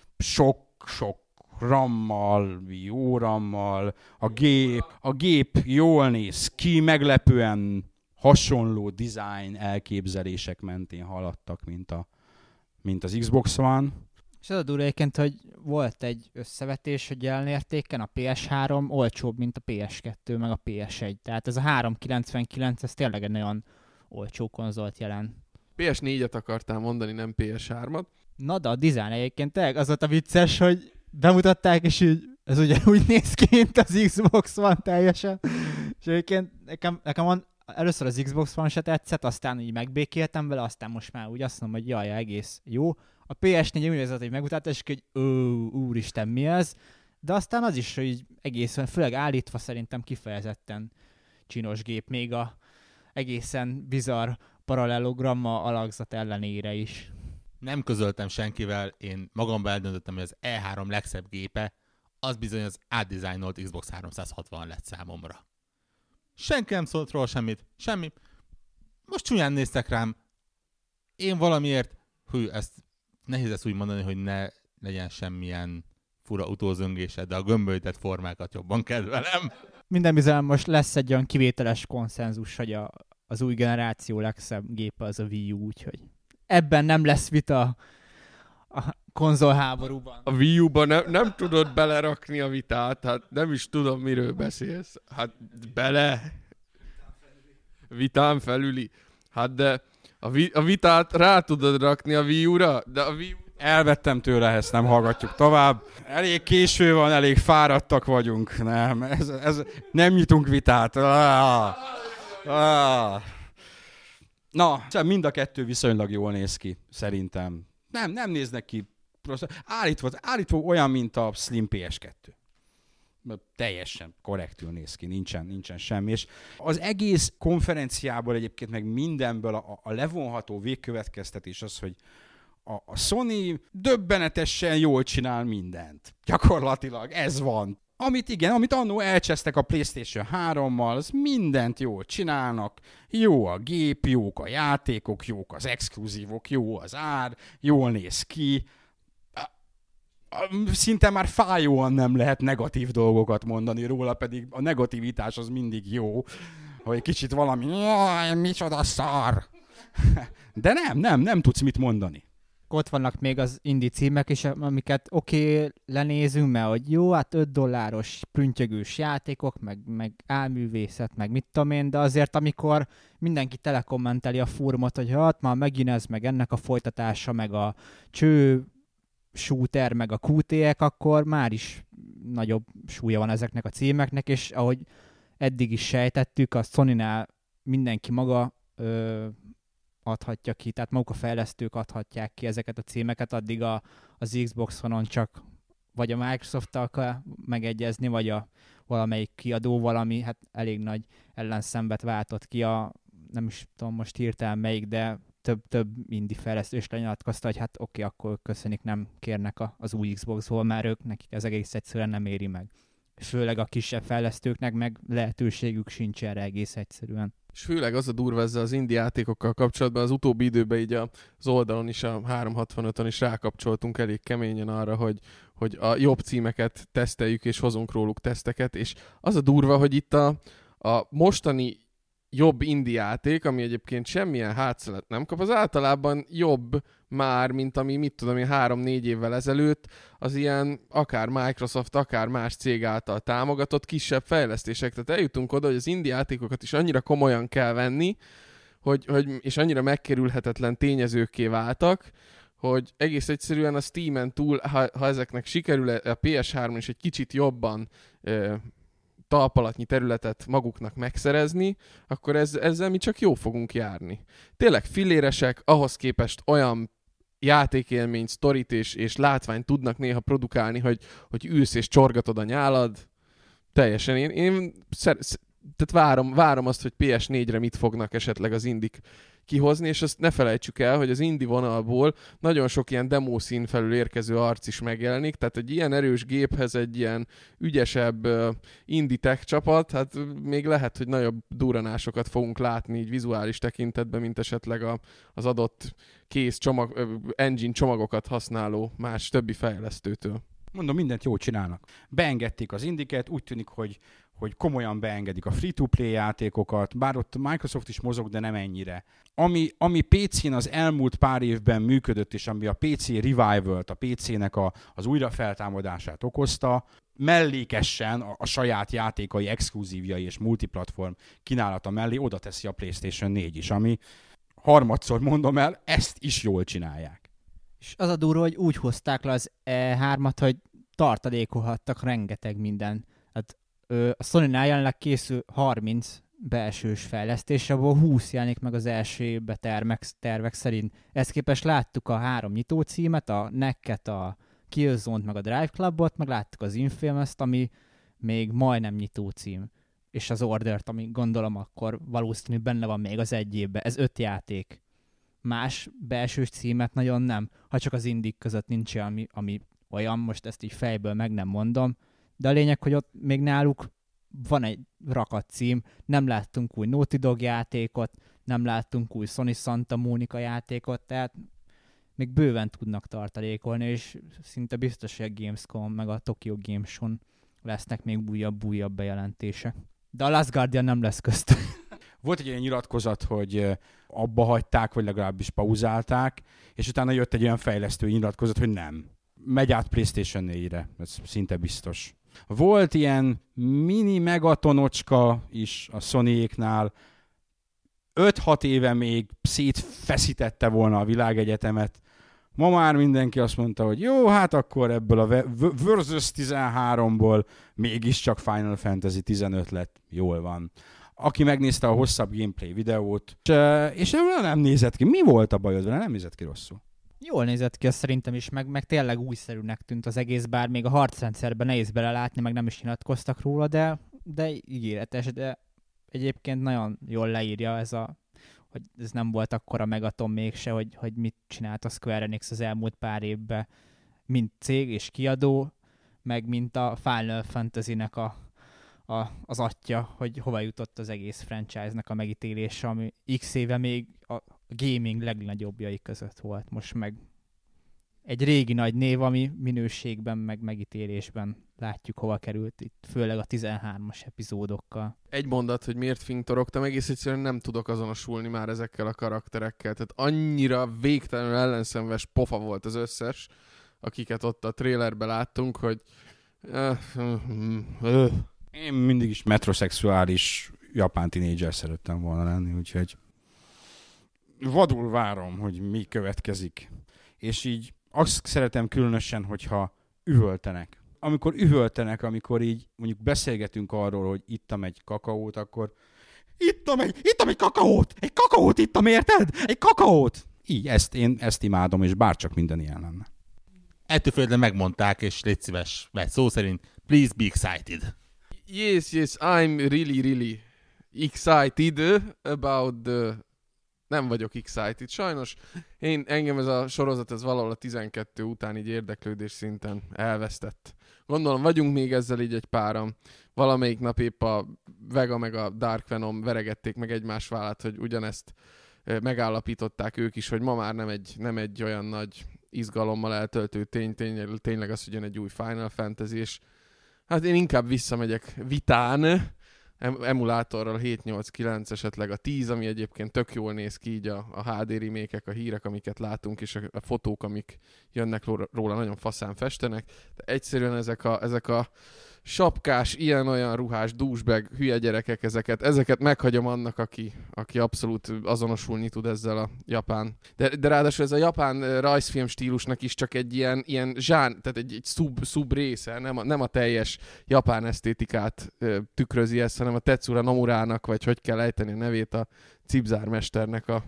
sok RAM-mal, jó RAM-mal, a gép jól néz ki, meglepően hasonló design elképzelések mentén haladtak, mint az Xbox One. És az a durva egyébként, hogy volt egy összevetés, hogy jelenértéken a PS3 olcsóbb, mint a PS2, meg a PS1. Tehát ez a 399, ez tényleg egy nagyon olcsó konzolt jelent. PS4-et akartál mondani, nem PS3-at. Na de a design egyébként tényleg az volt a vicces, hogy bemutatták, és így ez ugyanúgy néz ki, mint az Xbox One teljesen. És egyébként nekem először az Xbox One se tetszett, aztán így megbékéltem vele, aztán most már úgy azt mondom, hogy jaj, egész jó. A PS4 úgy érzett, hogy megmutatták, és hogy úristen, mi ez? De aztán az is, hogy egészen, főleg állítva szerintem kifejezetten csinos gép, még a egészen bizarr paralelogramma alakzat ellenére is. Nem közöltem senkivel, én magamban eldöntöttem, hogy az E3 legszebb gépe, az bizony az átdizájnolt Xbox 360 lett számomra. Senki nem szólt róla semmi. Most csúnyán néztek rám. Én valamiért, ezt nehéz ezt úgy mondani, hogy ne legyen semmilyen fura utózöngése, de a gömbölytett formákat jobban kedvelem. Minden bizony most lesz egy olyan kivételes konszenzus, hogy az új generáció legszebb gépe az a Wii U, úgyhogy ebben nem lesz vita a konzolháborúban. A Wii U-ban nem tudod belerakni a vitát, hát nem is tudom, miről beszélsz. Hát vitán felüli. Hát de a vitát rá tudod rakni a Wii U-ra, de a Wii U... Elvettem tőle, ezt nem hallgatjuk tovább. Elég késő van, elég fáradtak vagyunk. Nem nyitunk vitát. Na, mind a kettő viszonylag jól néz ki, szerintem. Nem néznek ki. Állítva olyan, mint a Slim PS2. Teljesen korrektül néz ki, nincsen semmi. És az egész konferenciából egyébként meg mindenből a levonható végkövetkeztetés az, hogy A Sony döbbenetesen jól csinál mindent. Gyakorlatilag ez van. Amit annó elcsesztek a PlayStation 3-mal, az mindent jól csinálnak. Jó a gép, jók a játékok, jók az exkluzívok, jó az ár, jól néz ki. Szinte már fájóan nem lehet negatív dolgokat mondani róla, pedig a negativitás az mindig jó, hogy kicsit valami, micsoda szar. De nem tudsz mit mondani. Ott vannak még az indie címek is, amiket lenézünk, mert hogy jó, hát $5 prüntjögős játékok, meg álművészet, meg mit tudom én, de azért amikor mindenki telekommenteli a fórumot, hogy hát már megint ez, meg ennek a folytatása, meg a cső shooter, meg a QT-ek, akkor már is nagyobb súlya van ezeknek a címeknek, és ahogy eddig is sejtettük, a Sonynál mindenki maga adhatja ki, tehát maguk a fejlesztők adhatják ki ezeket a címeket, addig az Xbox One-on csak vagy a Microsoft-tal kell megegyezni, vagy valamelyik kiadó valami, hát elég nagy ellenszembet váltott ki nem is tudom most hirtelen melyik, de több indie fejlesztő is lenyilatkozta, hogy hát akkor köszönik, nem kérnek az új Xbox-ból, már nekik ez egész egyszerűen nem éri meg. Főleg a kisebb fejlesztőknek meg lehetőségük sincs erre egész egyszerűen. És főleg az a durva ezzel az indie játékokkal kapcsolatban, az utóbbi időben így az oldalon is, a 365-on is rákapcsoltunk elég keményen arra, hogy a jobb címeket teszteljük, és hozunk róluk teszteket, és az a durva, hogy itt a mostani jobb indie játék, ami egyébként semmilyen hátszelet nem kap, az általában jobb már, mint ami, 3-4 évvel ezelőtt az ilyen akár Microsoft, akár más cég által támogatott kisebb fejlesztések. Tehát eljutunk oda, hogy az indie játékokat is annyira komolyan kell venni, és annyira megkerülhetetlen tényezőkké váltak, hogy egész egyszerűen a Steamen túl, ha ezeknek sikerül a PS3-on is egy kicsit jobban talpalatnyi területet maguknak megszerezni, akkor ezzel mi csak jó fogunk járni. Tényleg filléresek, ahhoz képest olyan játékélményt, sztorit és látványt tudnak néha produkálni, hogy ülsz és csorgatod a nyálad. Teljesen. Én várom azt, hogy PS4-re mit fognak esetleg az indik kihozni, és azt ne felejtsük el, hogy az indie vonalból nagyon sok ilyen demószín felül érkező arc is megjelenik, tehát egy ilyen erős géphez egy ilyen ügyesebb indie tech csapat, hát még lehet, hogy nagyobb durranásokat fogunk látni így vizuális tekintetben, mint esetleg az adott kész engine csomagokat használó más többi fejlesztőtől. Mondom, mindent jól csinálnak. Beengedték az indiket, úgy tűnik, hogy komolyan beengedik a free-to-play játékokat, bár ott Microsoft is mozog, de nem ennyire. Ami PC-n az elmúlt pár évben működött, és ami a PC revival-t, a PC-nek az újrafeltámadását okozta, mellékesen a saját játékai, exkluzívjai és multiplatform kínálata mellé oda teszi a PlayStation 4 is, ami harmadszor mondom el, ezt is jól csinálják. És az a durva, hogy úgy hozták le az E3-at, hogy tartalékolhattak rengeteg minden. Hát, a Sony-nál jelenleg készül 30 belsős fejlesztés, abból 20 jelenik meg az első évben tervek szerint. Ezt képest láttuk a 3 nyitó címet, a NEC-et, a Killzone-t, meg a Drive Clubot, meg láttuk az Infamous-t, ami még majdnem nyitó cím. És az Order-t, ami gondolom akkor valószínűleg benne van még az egy évben. Ez 5 játék. Más belsős címet nagyon nem. Ha csak az indik között nincs ami olyan, most ezt így fejből meg nem mondom. De a lényeg, hogy ott még náluk van egy rakat cím, nem láttunk új Naughty Dog játékot, nem láttunk új Sony Santa Monica játékot, tehát még bőven tudnak tartalékolni, és szinte biztos, hogy a Gamescom meg a Tokyo Game Show-n lesznek még újabb bejelentések. De a Last Guardian nem lesz közt. Volt egy olyan nyilatkozat, hogy abba hagyták, vagy legalábbis pauzálták, és utána jött egy olyan fejlesztői nyilatkozat, hogy nem. Megy át PlayStation 4-re, ez szinte biztos. Volt ilyen mini megatonocska is a Sony-éknál, 5-6 éve még szétfeszítette volna a világegyetemet. Ma már mindenki azt mondta, hogy jó, hát akkor ebből a Versus 13-ból mégiscsak Final Fantasy 15 lett, jól van. Aki megnézte a hosszabb gameplay videót, és nem nézett ki. Mi volt a bajod vele? Nem nézett ki rosszul. Jól nézett ki, azt szerintem is, meg tényleg újszerűnek tűnt az egész, bár még a harcrendszerben nehéz belelátni, meg nem is nyilatkoztak róla, de ígéretes, de egyébként nagyon jól leírja ez a hogy ez nem volt akkora megaton mégse, hogy mit csinált a Square Enix az elmúlt pár évben, mint cég és kiadó, meg mint a Final Fantasy-nek az atya, hogy hova jutott az egész franchise-nek a megítélése, ami x éve még a gaming legnagyobbjai között volt. Most meg egy régi nagy név, ami minőségben, meg megítélésben látjuk, hova került itt, főleg a 13-as epizódokkal. Egy mondat, hogy miért fintorogtam, egész egyszerűen nem tudok azonosulni már ezekkel a karakterekkel. Tehát annyira végtelenül ellenszenves pofa volt az összes, akiket ott a trailerben láttunk, hogy... Én mindig is metroszexuális japán tínédzser szerettem volna lenni, úgyhogy vadul várom, hogy mi következik. És így azt szeretem különösen, hogyha üvöltenek. Amikor üvöltenek, amikor így mondjuk beszélgetünk arról, hogy ittam egy kakaót, akkor ittam egy kakaót! Egy kakaót ittam, érted? Egy kakaót! Így, én ezt imádom, és bárcsak minden ilyen lenne. Ettől függetlenül megmondták, és légy szíves, vagy szó szerint, please be excited. Yes, I'm really excited about the... Nem vagyok excited, sajnos. Engem ez a sorozat, ez valahol a 12 után így érdeklődés szinten elvesztett. Gondolom, vagyunk még ezzel így egy páran. Valamelyik nap épp a Vega meg a Dark Venom veregették meg egymás vállát, hogy ugyanezt megállapították ők is, hogy ma már nem egy olyan nagy izgalommal eltöltő tényleg az, hogy jön egy új Final Fantasy, és hát én inkább visszamegyek vitán, emulátorral 7-8-9, esetleg a 10, ami egyébként tök jól néz ki, így a HD remékek, a hírek, amiket látunk, és a fotók, amik jönnek róla, nagyon faszán festenek. De egyszerűen ezek a sapkás, ilyen-olyan ruhás, douchebag, hülye gyerekek, ezeket meghagyom annak, aki abszolút azonosulni tud ezzel a japán. De ráadásul ez a japán rajzfilm stílusnak is csak egy ilyen tehát egy szub része, nem a teljes japán esztétikát tükrözi ezt, hanem a Tetsura Nomurának, vagy hogy kell ejteni a nevét, a cipzármesternek a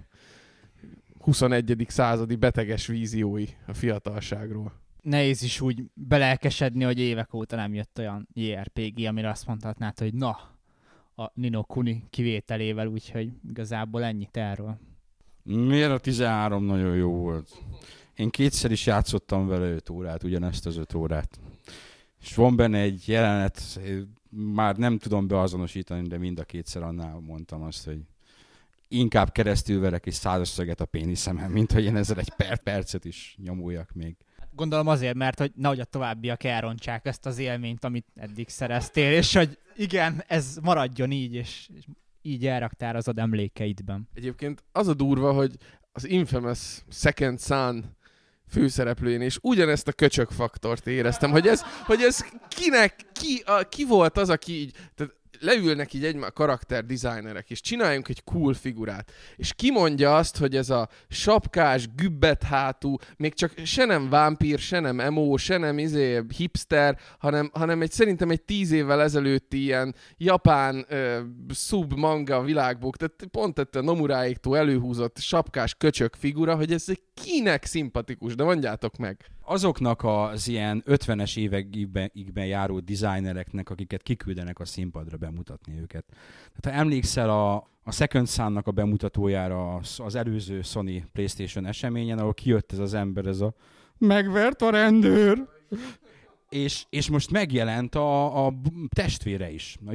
21. századi beteges víziói a fiatalságról. Nehéz is úgy belelkesedni, hogy évek óta nem jött olyan JRPG, amire azt mondhatnád, hogy na, a Ni no Kuni kivételével, úgyhogy igazából ennyit erről. Miért a 13 nagyon jó volt? Én kétszer is játszottam vele 5 órát, ugyanezt az 5 órát. És van benne egy jelenet, már nem tudom beazonosítani, de mind a kétszer annál mondtam azt, hogy inkább keresztül verek egy 100-as szöget a péniszemen, mint hogy én ezzel egy percet is nyomuljak még. Gondolom azért, mert hogy nehogy a továbbiak elrontsák ezt az élményt, amit eddig szereztél, és hogy igen, ez maradjon így, és így elraktározod emlékeidben. Egyébként az a durva, hogy az Infamous Second Son főszereplőjén, és ugyanezt a köcsög faktort éreztem, hogy ez ki volt az, aki így... Tehát leülnek így a karakter designerek, és csináljunk egy cool figurát. És ki mondja azt, hogy ez a sapkás, gübbet hátú, még csak se nem vámpír, se nem emo, se nem hipster, hanem szerintem egy 10 évvel ezelőtti ilyen japán sub-manga világbook, tehát pont a Nomuráéktól előhúzott sapkás köcsök figura, hogy ez kinek szimpatikus, de mondjátok meg. Azoknak az ilyen 50-es években járó designereknek, akiket kiküldenek a színpadra bemutatni őket. Tehát ha emlékszel a Second Son-nak a bemutatójára az előző Sony PlayStation eseményen, ahol kijött ez az ember, ez a megvert a rendőr, és most megjelent a testvére is, a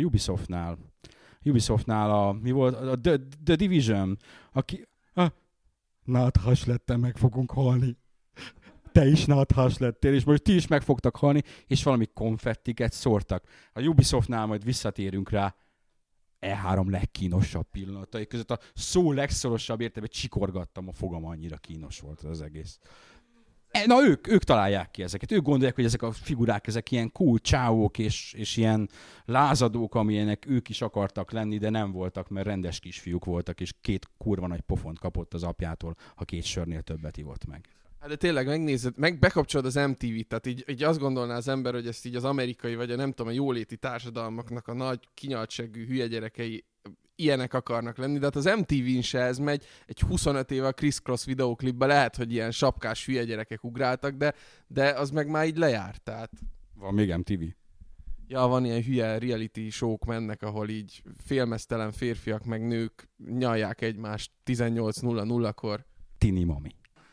Ubisoftnál mi volt? A The Division, aki náthas lettem, meg fogunk halni. Te is náthas lettél, és most ti is meg fogtak halni, és valami konfettiket szórtak. A Ubisoftnál majd visszatérünk rá, E3 legkínosabb pillanatai között, a szó legszorosabb értelme, csikorgattam a fogam, annyira kínos volt az egész. Na ők találják ki ezeket, ők gondolják, hogy ezek a figurák, ezek ilyen cool csávók és ilyen lázadók, amilyenek ők is akartak lenni, de nem voltak, mert rendes kisfiúk voltak, és 2 kurva nagy pofont kapott az apjától, ha 2 sörnél többet ivott meg. Hát de tényleg megnézed, bekapcsolod az MTV-t, tehát így azt gondolná az ember, hogy ezt így az amerikai, vagy a jóléti társadalmaknak a nagy kinyaltságű hülye gyerekei ilyenek akarnak lenni, de hát az MTV-n se ez megy, egy 25 éve a Criss Cross videóklipben lehet, hogy ilyen sapkás hülye gyerekek ugráltak, de az meg már így lejárt, tehát... Van még MTV? Ja, van ilyen hülye reality show-k mennek, ahol így félmeztelen férfiak meg nők nyalják egymást 18:00-kor. Tini mami.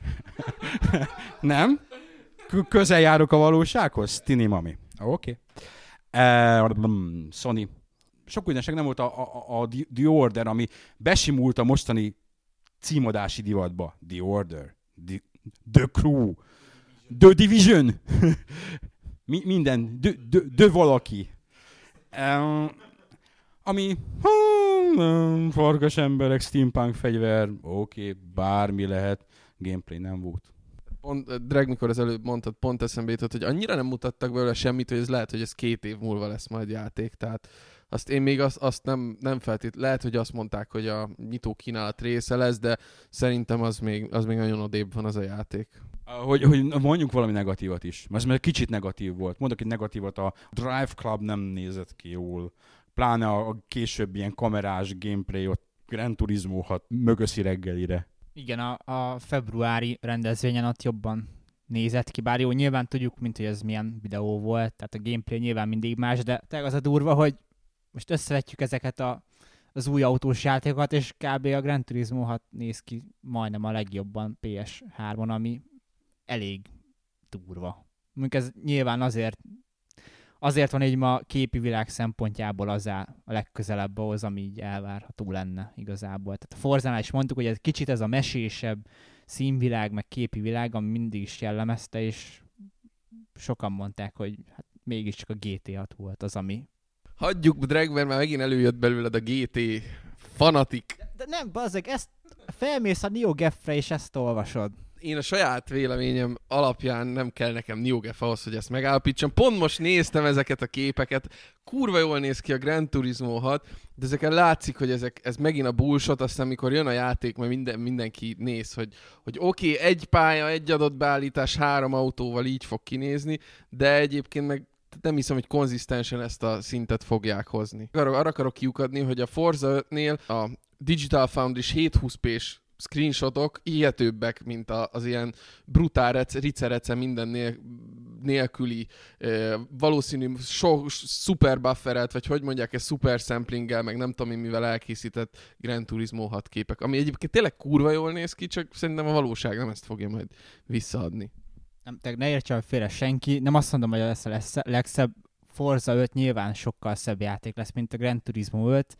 Nem? Közel járok a valósághoz? Tini mami. Oké. Sony. Sok újdonság nem volt a The Order, ami besimult a mostani címadási divatba. The Order. The Crew. The Division. Minden. The valaki. Ami farkas emberek, steampunk fegyver, oké, bármi lehet, gameplay nem volt. Drag, mikor az előbb mondtad, pont eszembe jutott, hogy annyira nem mutattak belőle semmit, hogy ez lehet, hogy ez 2 év múlva lesz majd játék, tehát azt én még azt nem feltétlenül, lehet, hogy azt mondták, hogy a nyitó kínálat része lesz, de szerintem az még nagyon odébb van az a játék. Hogy mondjuk valami negatívat is. Mert kicsit negatív volt. Mondok egy negatívat, a Drive Club nem nézett ki jól. Pláne a később ilyen kamerás gameplay, ott Gran Turismo 6 mögöszi reggelire. Igen, a februári rendezvényen ott jobban nézett ki, bár jó, nyilván tudjuk, mint hogy ez milyen videó volt, tehát a gameplay nyilván mindig más, de tényleg az a durva, hogy most összevetjük ezeket az új autós játékokat, és kb. A Gran Turismo 6 néz ki majdnem a legjobban PS3-on, ami elég durva. Mondjuk ez nyilván azért van így ma képi világ szempontjából az a legközelebb ahhoz, ami így elvárható lenne igazából. Tehát a Forzánál is mondtuk, hogy ez kicsit ez a mesésebb színvilág, meg képi világ, ami mindig is jellemezte, és sokan mondták, hogy hát mégiscsak a GT6 volt az, ami... Hagyjuk, Drag, mert már megint előjött belőled a GT fanatik. De nem, bazzeg, ezt felmész a NeoGaf-re, és ezt olvasod. Én a saját véleményem alapján nem kell nekem NeoGaf ahhoz, hogy ezt megállapítsam. Pont most néztem ezeket a képeket, kurva jól néz ki a Gran Turismo 6, de ezeken látszik, hogy ez megint a bullshot, aztán mikor jön a játék, majd mindenki néz, hogy oké, egy pálya, egy adott beállítás, 3 autóval így fog kinézni, de egyébként meg nem hiszem, hogy konzisztensen ezt a szintet fogják hozni. Arra akarok kiukadni, hogy a Forza 5-nél a Digital Foundry 720p-s screenshotok ilyetőbbek, mint az ilyen brutál ricerece minden nélküli, valószínű szuper bufferelt, vagy hogy mondják, ez szuper samplinggel, meg nem tudom én mivel elkészített Gran Turismo 6 képek, ami egyébként tényleg kurva jól néz ki, csak szerintem a valóság nem ezt fogja majd visszaadni. Nem, te ne értsen félre senki, nem azt mondom, hogy ez lesz a legszebb. Forza 5 nyilván sokkal szebb játék lesz, mint a Gran Turismo 5.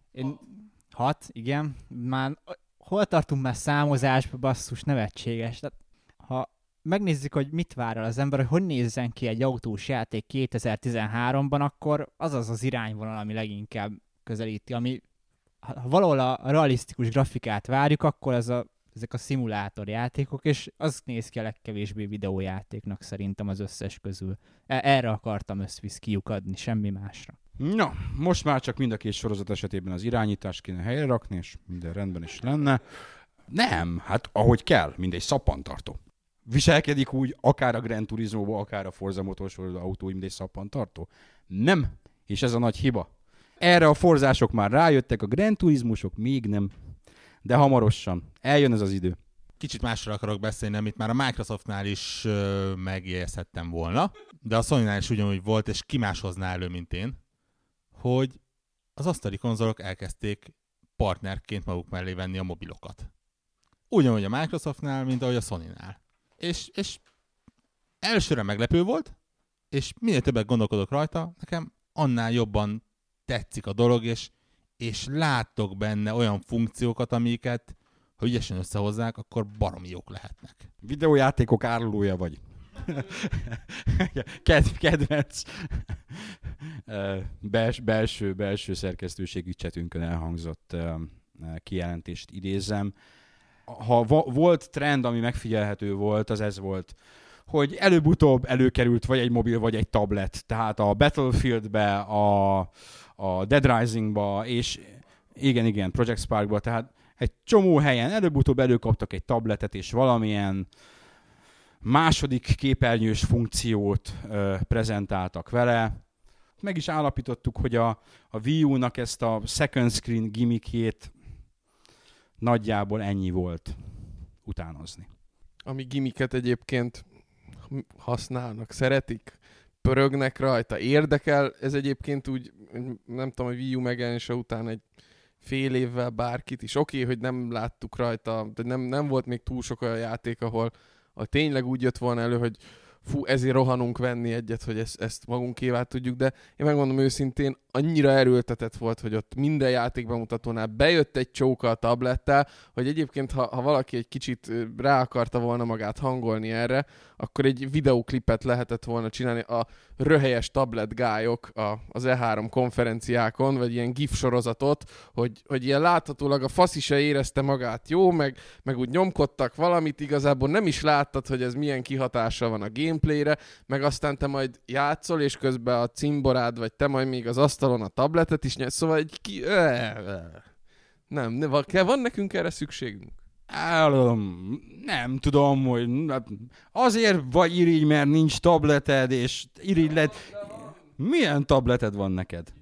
6, igen. Már hol tartunk már számozásba, basszus, nevetséges. Tehát, ha megnézzük, hogy mit vár el az ember, hogy nézzen ki egy autós játék 2013-ban, akkor az az irányvonal, ami leginkább közelíti, ami ha valahol a realisztikus grafikát várjuk, akkor ezek a szimulátorjátékok, és az néz ki a legkevésbé videójátéknak szerintem az összes közül. Erre akartam összvisz kiukadni, semmi másra. Na, most már csak mind a 2 sorozat esetében az irányítást kéne helyre rakni, és minden rendben is lenne. Nem, hát ahogy kell, mindegy szappantartó. Viselkedik úgy akár a Gran Turismo-ba, akár a Forza Motorsport autó, mindegy szappantartó? Nem, és ez a nagy hiba. Erre a forzások már rájöttek, a Gran Turismosok még nem. De hamarosan. Eljön ez az idő. Kicsit másról akarok beszélni, amit már a Microsoftnál is megjegyezhettem volna, de a Sonynál is ugyanúgy volt, és ki más hozná elő, mint én, hogy az asztali konzolok elkezdték partnerként maguk mellé venni a mobilokat. Ugyanúgy a Microsoftnál, mint ahogy a Sonynál. És elsőre meglepő volt, és minél többet gondolkodok rajta, nekem annál jobban tetszik a dolog, és látok benne olyan funkciókat, amiket, ha ügyesen összehozzák, akkor baromi jók lehetnek. Videójátékok árulója vagy. Kedvenc. Belső szerkesztőségi csetünkön elhangzott kijelentést idézem. Ha volt trend, ami megfigyelhető volt, az ez volt, hogy előbb-utóbb előkerült vagy egy mobil, vagy egy tablet. Tehát a Battlefieldbe, a Dead Risingba, és igen, Project Sparkba, tehát egy csomó helyen előbb-utóbb előkaptak egy tabletet, és valamilyen második képernyős funkciót prezentáltak vele. Meg is állapítottuk, hogy a Wii U-nak ezt a second screen gimmickjét nagyjából ennyi volt utánozni. Ami gimmicket egyébként használnak, szeretik, pörögnek rajta, érdekel. Ez egyébként úgy, nem tudom, hogy Wii U megjelenése után egy fél évvel bárkit is. Oké, hogy nem láttuk rajta, de nem volt még túl sok olyan játék, ahol tényleg úgy jött volna elő, hogy fú, ezért rohanunk venni egyet, hogy ezt magunkévá tudjuk, de én megmondom őszintén, annyira erőltetett volt, hogy ott minden játékbemutatónál bejött egy csóka a tablettel, hogy egyébként, ha valaki egy kicsit rá akarta volna magát hangolni erre, akkor egy videóklipet lehetett volna csinálni a röhelyes tabletgályok az E3 konferenciákon, vagy ilyen GIF sorozatot, hogy ilyen láthatólag a faszi se érezte magát jó, meg úgy nyomkodtak valamit, igazából nem is láttad, hogy ez milyen kihatással van a gameplayre, meg aztán te majd játszol, és közben a cimborád, vagy te majd még az asztalon a tabletet is nyert, szóval van nekünk erre szükségünk? Nem tudom, hogy azért vagy irigy, mert nincs tableted, és irigyled. Milyen tableted van neked?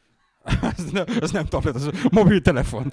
Az nem tablet, az mobiltelefon.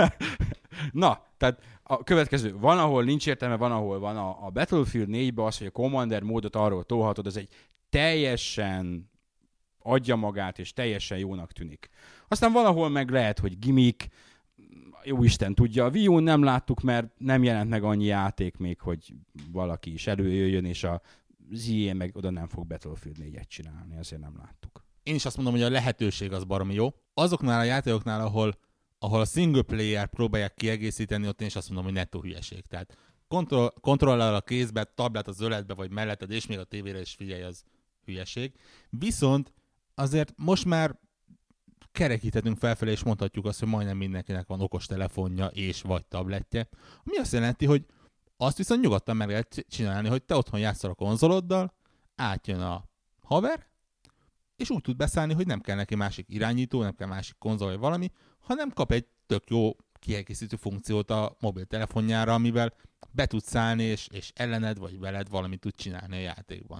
Na, tehát a következő. Van, ahol nincs értelme, van, ahol van. A Battlefield 4-ben az, hogy a Commander módot arról tolhatod, ez egy teljesen adja magát, és teljesen jónak tűnik. Aztán van, ahol meg lehet, hogy gimmick, jó Isten tudja, a Wii U-n nem láttuk, mert nem jelent meg annyi játék még, hogy valaki is előjöjjön, és az EA meg oda nem fog Battlefield 4-et csinálni, ezért nem láttuk. Én is azt mondom, hogy a lehetőség az baromi jó. Azoknál a játékoknál, ahol a single player próbálják kiegészíteni, ott én is azt mondom, hogy nettó hülyeség. Tehát kontrollal a kézbe, tablet az öletbe, vagy melletted, és még a tévére is figyelj, az hülyeség. Viszont azért most már kerekíthetünk felfelé, és mondhatjuk azt, hogy majdnem mindenkinek van okos telefonja és vagy tabletje. Ami azt jelenti, hogy azt viszont nyugodtan meg lehet csinálni, hogy te otthon játszol a konzoloddal, átjön a haver, és úgy tud beszállni, hogy nem kell neki másik irányító, nem kell másik konzol vagy valami, hanem kap egy tök jó kiegészítő funkciót a mobiltelefonjára, amivel be tud szállni, és ellened vagy veled valamit tud csinálni a játékban.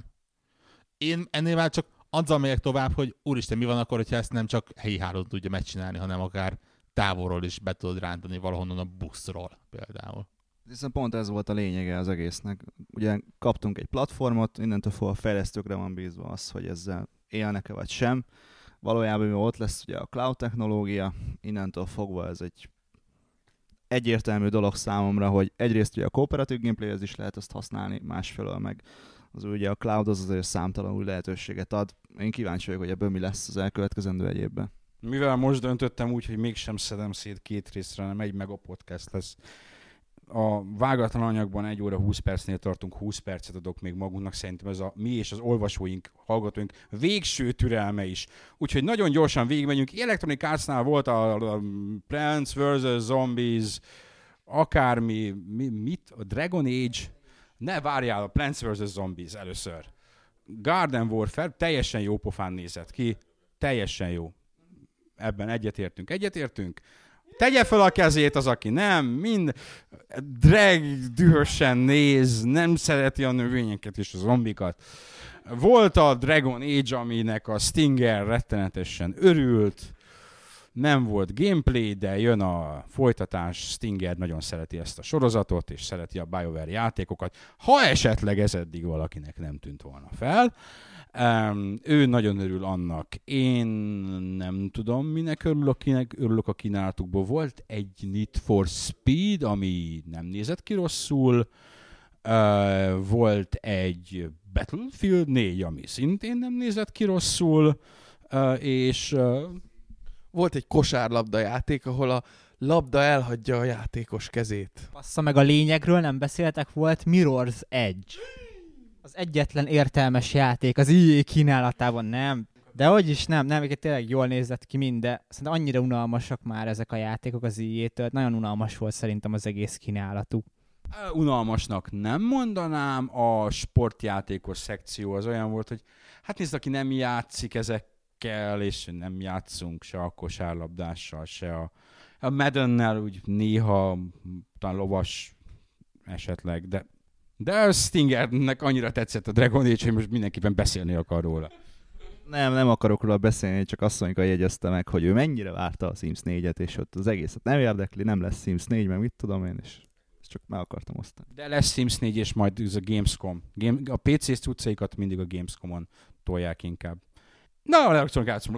Én ennél már csak azzal megyek tovább, hogy úristen, mi van akkor, hogyha ezt nem csak helyi hálón tudja megcsinálni, hanem akár távolról is be tudod rántani valahonnan a buszról például. Hiszen pont ez volt a lényege az egésznek. Ugye kaptunk egy platformot, innentől fogva a fejlesztőkre van bízva az, hogy ezzel élnek-e vagy sem. Valójában ott lesz ugye a cloud technológia, innentől fogva ez egy egyértelmű dolog számomra, hogy egyrészt ugye a kooperatív gameplayhez is lehet ezt használni, másfelől meg az ugye a cloud az azért számtalan új lehetőséget ad. Én kíváncsi vagyok, hogy ebből mi lesz az elkövetkezendő egy évben. Mivel most döntöttem úgy, hogy mégsem szedem szét 2 részre, hanem 1 mega podcast lesz. A vágatlan anyagban 1 óra 20 percnél tartunk, 20 percet adok még magunknak, szerintem ez a mi és az olvasóink, hallgatóink végső türelme is. Úgyhogy nagyon gyorsan végigmegyünk. Electronic Arts-nál volt a Plants vs. Zombies, akármi, mit? A Dragon Age? Ne várjál, a Plants vs. Zombies először. Garden Warfare teljesen jó pofán nézett ki, teljesen jó. Ebben egyetértünk. Tegye fel a kezét az, aki nem, Drag dühösen néz, nem szereti a növényeket és a zombikat. Volt a Dragon Age, aminek a Stinger rettenetesen örült, nem volt gameplay, de jön a folytatás, Stinger nagyon szereti ezt a sorozatot, és szereti a BioWare játékokat, ha esetleg ez eddig valakinek nem tűnt volna fel. Ő nagyon örül annak. Én nem tudom, minek örülök a kínálatukból. Volt egy Need for Speed, ami nem nézett ki rosszul. Volt egy Battlefield 4, ami szintén nem nézett ki rosszul. És volt egy kosárlabda játék, ahol a labda elhagyja a játékos kezét. Bassza meg, a lényegről nem beszéltek, volt Mirror's Edge. Az egyetlen értelmes játék az EA kínálatában, nem. De hogy is nem, tényleg jól nézett ki mind, de szerintem annyira unalmasak már ezek a játékok az EA-től. Nagyon unalmas volt szerintem az egész kínálatuk. Unalmasnak nem mondanám, a sportjátékos szekció az olyan volt, hogy hát nézd, aki nem játszik ezekkel, és nem játszunk se a kosárlabdással, se a Maddennel, úgy néha talán lovas esetleg, de a Stingernek annyira tetszett a Dragon Age, hogy most mindenképpen beszélni akar róla. Nem akarok róla beszélni, csak asszonyka jegyezte meg, hogy ő mennyire várta a Sims 4-et, és ott az egészet nem érdekli, nem lesz Sims 4, meg mit tudom én is. Csak meg akartam osztani. De lesz Sims 4, és majd ez a Gamescom. A PC-s cuccaikat mindig a Gamescomon tolják inkább. Na,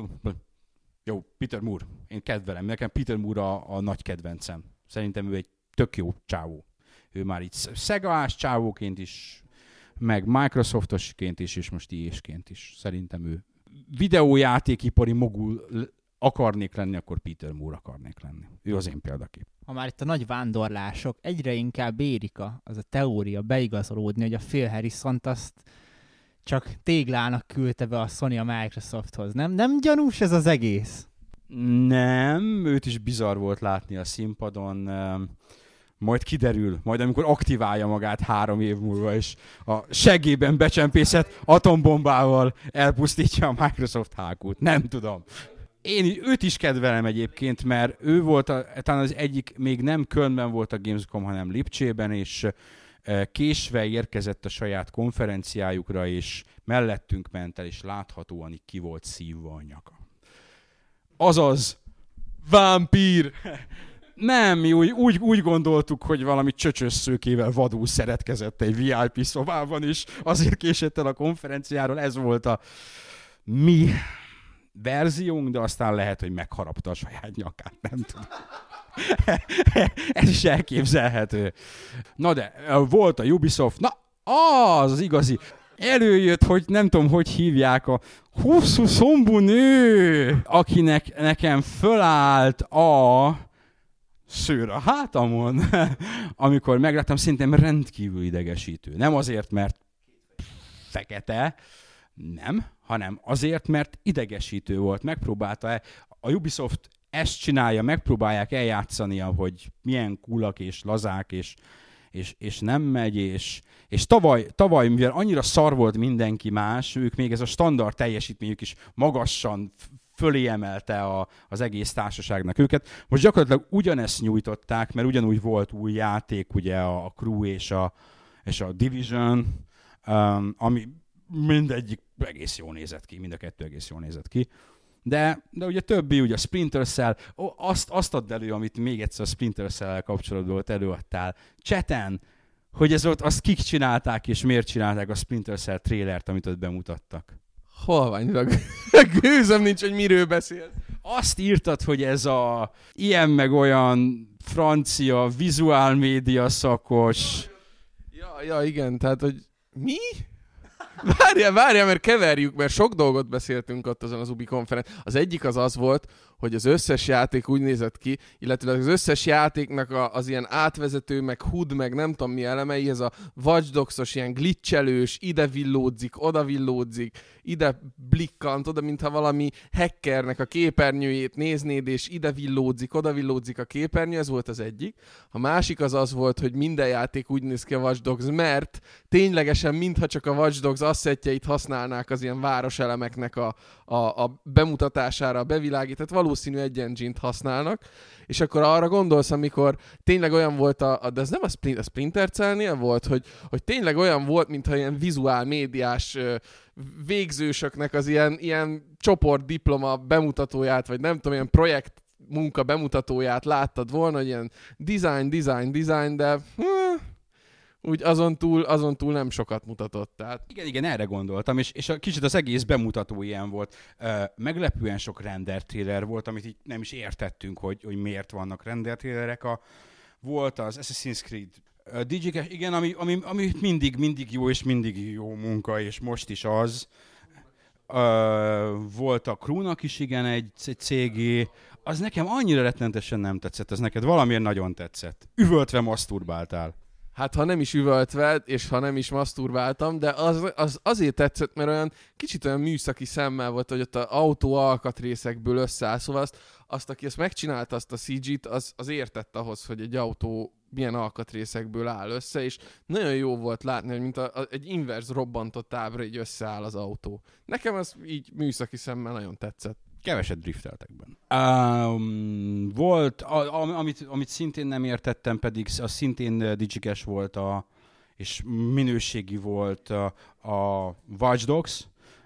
jó, Peter Moore. Én kedvelem. Nekem Peter Moore a nagy kedvencem. Szerintem ő egy tök jó csávó. Ő már itt Sega-ás csávóként is, meg Microsoftosként is, és most EA-sként is. Szerintem ő videójátékipari mogul akarnék lenni, akkor Peter Moore akarnék lenni. Ő az én példakép. Ha már itt a nagy vándorlások, egyre inkább érik az a teória beigazolódni, hogy a Phil Harrisont azt csak téglának küldte be a Sony a Microsofthoz. Nem gyanús ez az egész? Nem, őt is bizarr volt látni a színpadon. Majd kiderül, majd amikor aktiválja magát 3 év múlva, és a seggében becsempészett atombombával elpusztítja a Microsoft hákút. Nem tudom. Én őt is kedvelem egyébként, mert ő volt talán az egyik, még nem Kölnben volt a Gamescom, hanem Lipcsében, és késve érkezett a saját konferenciájukra, és mellettünk ment el, és láthatóan így ki volt szívva a nyaka. Azaz, vámpír! Nem, mi úgy gondoltuk, hogy valami csöcsös szőkével vadul szeretkezett egy VIP szobában, és azért késett el a konferenciáról, ez volt a mi verziónk, de aztán lehet, hogy megharapta a saját nyakát, nem tudom. Ez is elképzelhető. Na de, volt a Ubisoft, na, az igazi. Előjött, hogy nem tudom, hogy hívják a hosszú szombú nő, akinek nekem fölállt a szőr a hátamon, amikor megláttam, szerintem rendkívül idegesítő. Nem azért, mert fekete, nem, hanem azért, mert idegesítő volt. Megpróbálta a Ubisoft ezt csinálja, megpróbálják eljátszani, hogy milyen kulak és lazák, és nem megy, és tavaly, mivel annyira szar volt mindenki más, ők még ez a standard teljesítményük is magasan fölé emelte az egész társaságnak őket. Most gyakorlatilag ugyanezt nyújtották, mert ugyanúgy volt új játék, ugye a Crew és a Division, ami mindegyik egész jól nézett ki, mind a kettő egész jól nézett ki. De ugye többi, ugye a Splinter Cell, azt add elő, amit még egyszer a Splinter Cell-el kapcsolatban előadtál. Chaten, hogy ez ott, azt kik csinálták, és miért csinálták a Splinter Cell trailert, amit ott bemutattak. Halványilag gőzöm nincs, hogy miről beszél. Azt írtad, hogy ez a ilyen meg olyan francia, vizuál média szakos. Ja, igen, tehát, hogy mi? Várjál, mert keverjük, mert sok dolgot beszéltünk ott azon az Ubi konferencián. Az egyik az volt, hogy az összes játék úgy nézett ki, illetve az összes játéknak az ilyen átvezető, meg HUD, meg nem tudom mi elemei, ez a Watch Dogs-os ilyen glitchelős, ide villódzik, oda villódzik, ide blikkant, oda, mintha valami hackernek a képernyőjét néznéd, és ide villódzik, oda villódzik a képernyő, ez volt az egyik. A másik az volt, hogy minden játék úgy néz ki a Watch Dogs, mert ténylegesen mintha csak a Watch Dogs asszetjeit használnák az ilyen városelemeknek a bemutatására, a bevilágított, valószínű egy engine-t használnak, és akkor arra gondolsz, amikor tényleg olyan volt de ez nem a Splinter Cell-nél volt, hogy tényleg olyan volt, mintha ilyen vizuál médiás végzősöknek az ilyen csoportdiploma bemutatóját, vagy nem tudom, ilyen projekt munka bemutatóját láttad volna, hogy ilyen design, de úgy azon túl nem sokat mutatott. Tehát. Igen, erre gondoltam, és kicsit az egész bemutató ilyen volt. Meglepően sok render trailer volt, amit így nem is értettünk, hogy miért vannak render trailerek. Volt az Assassin's Creed Digicash, igen, ami mindig jó, és mindig jó munka, és most is az. Volt a Crew-nak is, igen, egy cégé. Az nekem annyira rettenetesen nem tetszett, az neked valamiért nagyon tetszett. Üvöltve maszturbáltál. Hát ha nem is üvöltve, és ha nem is maszturbáltam, de az azért tetszett, mert olyan kicsit olyan műszaki szemmel volt, hogy ott az autó alkatrészekből összeáll, szóval azt aki ezt megcsinálta, azt a CG-t, az értett ahhoz, hogy egy autó milyen alkatrészekből áll össze, és nagyon jó volt látni, hogy mint egy inverz robbantott ábra így összeáll az autó. Nekem ez így műszaki szemmel nagyon tetszett. Keveset drifteltekben. Volt, amit szintén nem értettem, pedig az szintén Digicash volt, és minőségi volt a Watch Dogs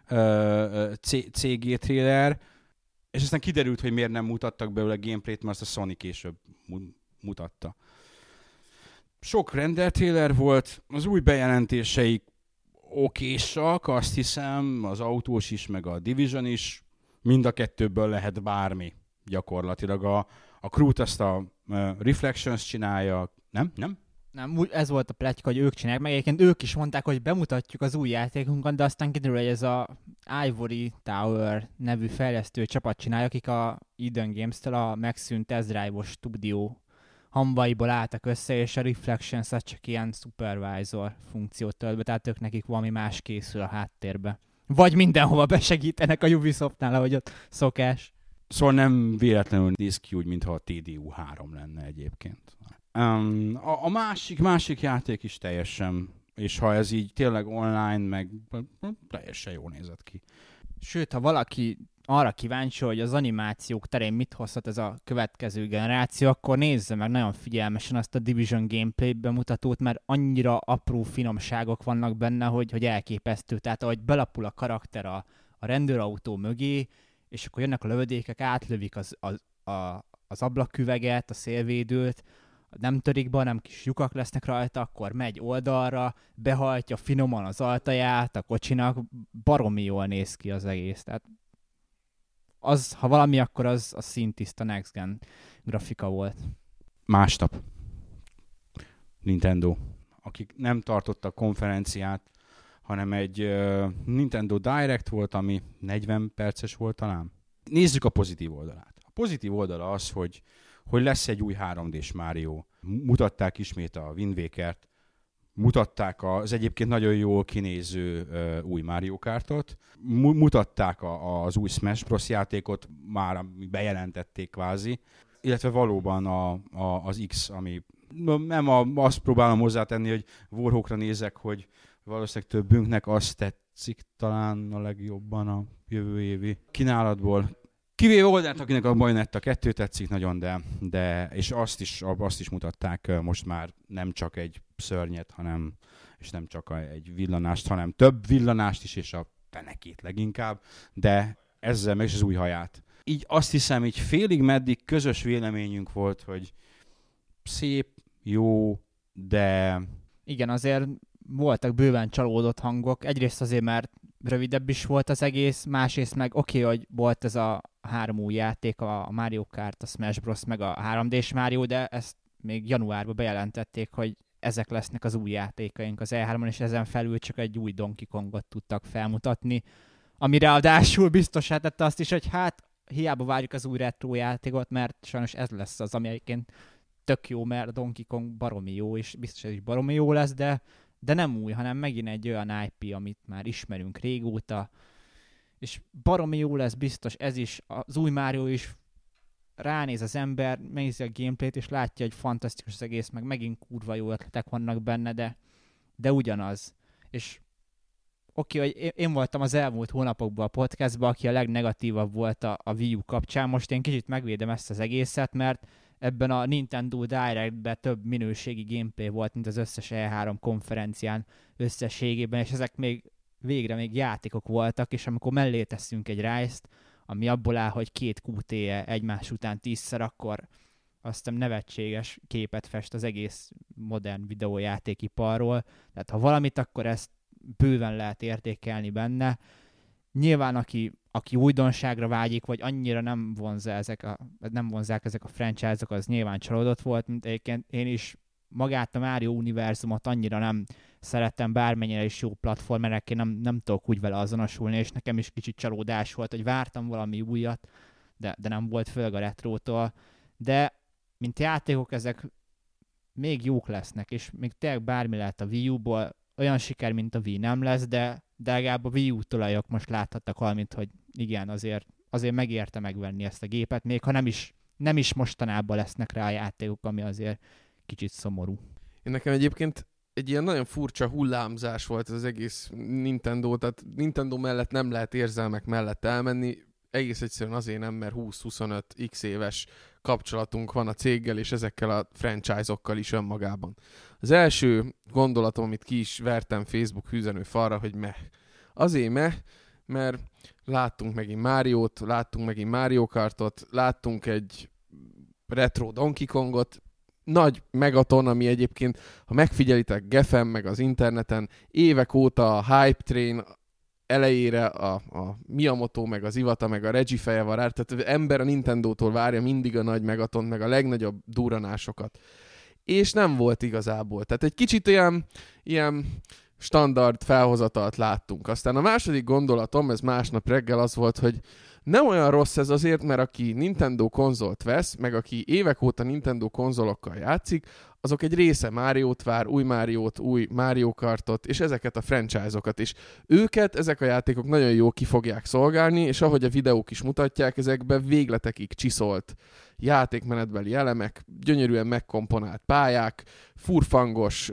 CG trailer, és aztán kiderült, hogy miért nem mutattak belőle gameplayt, mert azt a Sony később mutatta. Sok render trailer volt, az új bejelentéseik okésak, azt hiszem, az autós is, meg a Division is, mind a kettőből lehet bármi gyakorlatilag. A Crew-t azt a Reflections csinálja, nem? Nem, ez volt a pletyka, hogy ők csinálják, meg egyébként ők is mondták, hogy bemutatjuk az új játékunkat, de aztán kiderül, hogy ez a Ivory Tower nevű fejlesztő csapat csinálja, akik a Eden Games-től a megszűnt Test Drive-os stúdió hambaiból álltak össze, és a Reflections az csak ilyen supervisor funkciót tölt be, tehát ők nekik valami más készül a háttérbe. Vagy mindenhova besegítenek a Ubisoftnál, ahogy ott szokás. Szóval nem véletlenül néz ki úgy, mintha a TDU 3 lenne egyébként. A másik játék is teljesen, és ha ez így tényleg online, meg teljesen jól nézett ki. Sőt, ha valaki arra kíváncsi, hogy az animációk terén mit hozhat ez a következő generáció, akkor nézze meg nagyon figyelmesen azt a Division gameplay bemutatót, mert annyira apró finomságok vannak benne, hogy elképesztő. Tehát ahogy belapul a karakter a rendőrautó mögé, és akkor jönnek a lövedékek, átlövik az ablakküveget, a szélvédőt, nem törik be, hanem kis lyukak lesznek rajta, akkor megy oldalra, behajtja finoman az altaját a kocsinak, baromi jól néz ki az egész. Tehát az, ha valami, akkor az a szintiszta Next Gen grafika volt. Másnap Nintendo, akik nem tartottak konferenciát, hanem egy Nintendo Direct volt, ami 40 perces volt talán. Nézzük a pozitív oldalát. A pozitív oldala az, hogy lesz egy új 3D-s Mario. Mutatták ismét a Wind Waker-t, mutatták az egyébként nagyon jól kinéző új Mario Kartot, mutatták az új Smash Bros. Játékot, már bejelentették kvázi, illetve valóban az X, ami nem azt próbálom hozzátenni, hogy Warhawkra nézek, hogy valószínűleg többünknek azt tetszik talán a legjobban a jövő évi kínálatból. Kivéve oldalt, akinek a Bayonetta 2 tetszik nagyon, de és azt is mutatták most már nem csak egy szörnyet, és nem csak egy villanást, hanem több villanást is, és a fenekét leginkább, de ezzel meg is az új haját. Így azt hiszem, így félig meddig közös véleményünk volt, hogy szép, jó, de... Igen, azért voltak bőven csalódott hangok. Egyrészt azért, mert rövidebb is volt az egész, másrészt meg oké, hogy volt ez a 3 új játék, a Mario Kart, a Smash Bros. Meg a 3D-s Mario, de ezt még januárban bejelentették, hogy ezek lesznek az új játékaink az E3-on, és ezen felül csak egy új Donkey Kongot tudtak felmutatni, ami ráadásul biztosá tette azt is, hogy hát hiába várjuk az új retro játékot, mert sajnos ez lesz az, ami egyébként tök jó, mert Donkey Kong baromi jó, és biztos ez is baromi jó lesz, de nem új, hanem megint egy olyan IP, amit már ismerünk régóta, és baromi jó lesz biztos ez is, az új Mario is ránéz az ember, megnézi a gameplayt, és látja, hogy fantasztikus az egész, meg megint kurva jó ötletek vannak benne, de ugyanaz. És oké, hogy én voltam az elmúlt hónapokban a podcastban, aki a legnegatívabb volt a Wii U kapcsán, most én kicsit megvédem ezt az egészet, mert ebben a Nintendo Direct-ben több minőségi gameplay volt, mint az összes E3 konferencián összességében, és ezek végre még játékok voltak, és amikor mellé tesszünk egy Rise-t, ami abból áll, hogy 2 QTE egymás után 10-szer, akkor aztán nevetséges képet fest az egész modern videójátékiparról. Tehát ha valamit, akkor ezt bőven lehet értékelni benne. Nyilván aki újdonságra vágyik, vagy annyira nem vonzák ezek a franchise-ok, az nyilván csalódott volt, mint egyébként én is magát a Mario univerzumot annyira nem szerettem, bármennyire is jó platformerekként nem tudok úgy vele azonosulni, és nekem is kicsit csalódás volt, hogy vártam valami újat, de nem volt főleg a retrótól. De mint játékok, ezek még jók lesznek, és még tényleg bármi lehet a Wii U-ból, olyan siker, mint a Wii nem lesz, de legalább a Wii U tulajok most láthattak valamit, hogy igen, azért megérte megvenni ezt a gépet, még ha nem is mostanában lesznek rá a játékok, ami azért kicsit szomorú. Én nekem egyébként egy ilyen nagyon furcsa hullámzás volt az egész Nintendo, tehát Nintendo mellett nem lehet érzelmek mellett elmenni, egész egyszerűen azért nem, mert 20-25 x éves kapcsolatunk van a céggel, és ezekkel a franchise-okkal is önmagában. Az első gondolatom, amit ki is vertem Facebook üzenőfalra, hogy azért mert láttunk megint Máriót, láttunk megint Mario Kartot, láttunk egy retro Donkey Kongot, nagy megaton, ami egyébként, ha megfigyelitek Geffen, meg az interneten, évek óta a Hype Train elejére a Miyamoto, meg az Iwata, meg a Reggie Félrevarár, tehát ember a Nintendótól várja mindig a nagy megatont, meg a legnagyobb durranásokat. És nem volt igazából. Tehát egy kicsit ilyen standard felhozatalt láttunk. Aztán a második gondolatom, ez másnap reggel az volt, hogy nem olyan rossz ez azért, mert aki Nintendo konzolt vesz, meg aki évek óta Nintendo konzolokkal játszik, azok egy része Máriót vár, új Máriót, új Mario Kartot, és ezeket a franchise-okat is. Őket ezek a játékok nagyon jól ki fogják szolgálni, és ahogy a videók is mutatják, ezekben végletekig csiszolt játékmenetbeli elemek, gyönyörűen megkomponált pályák, furfangos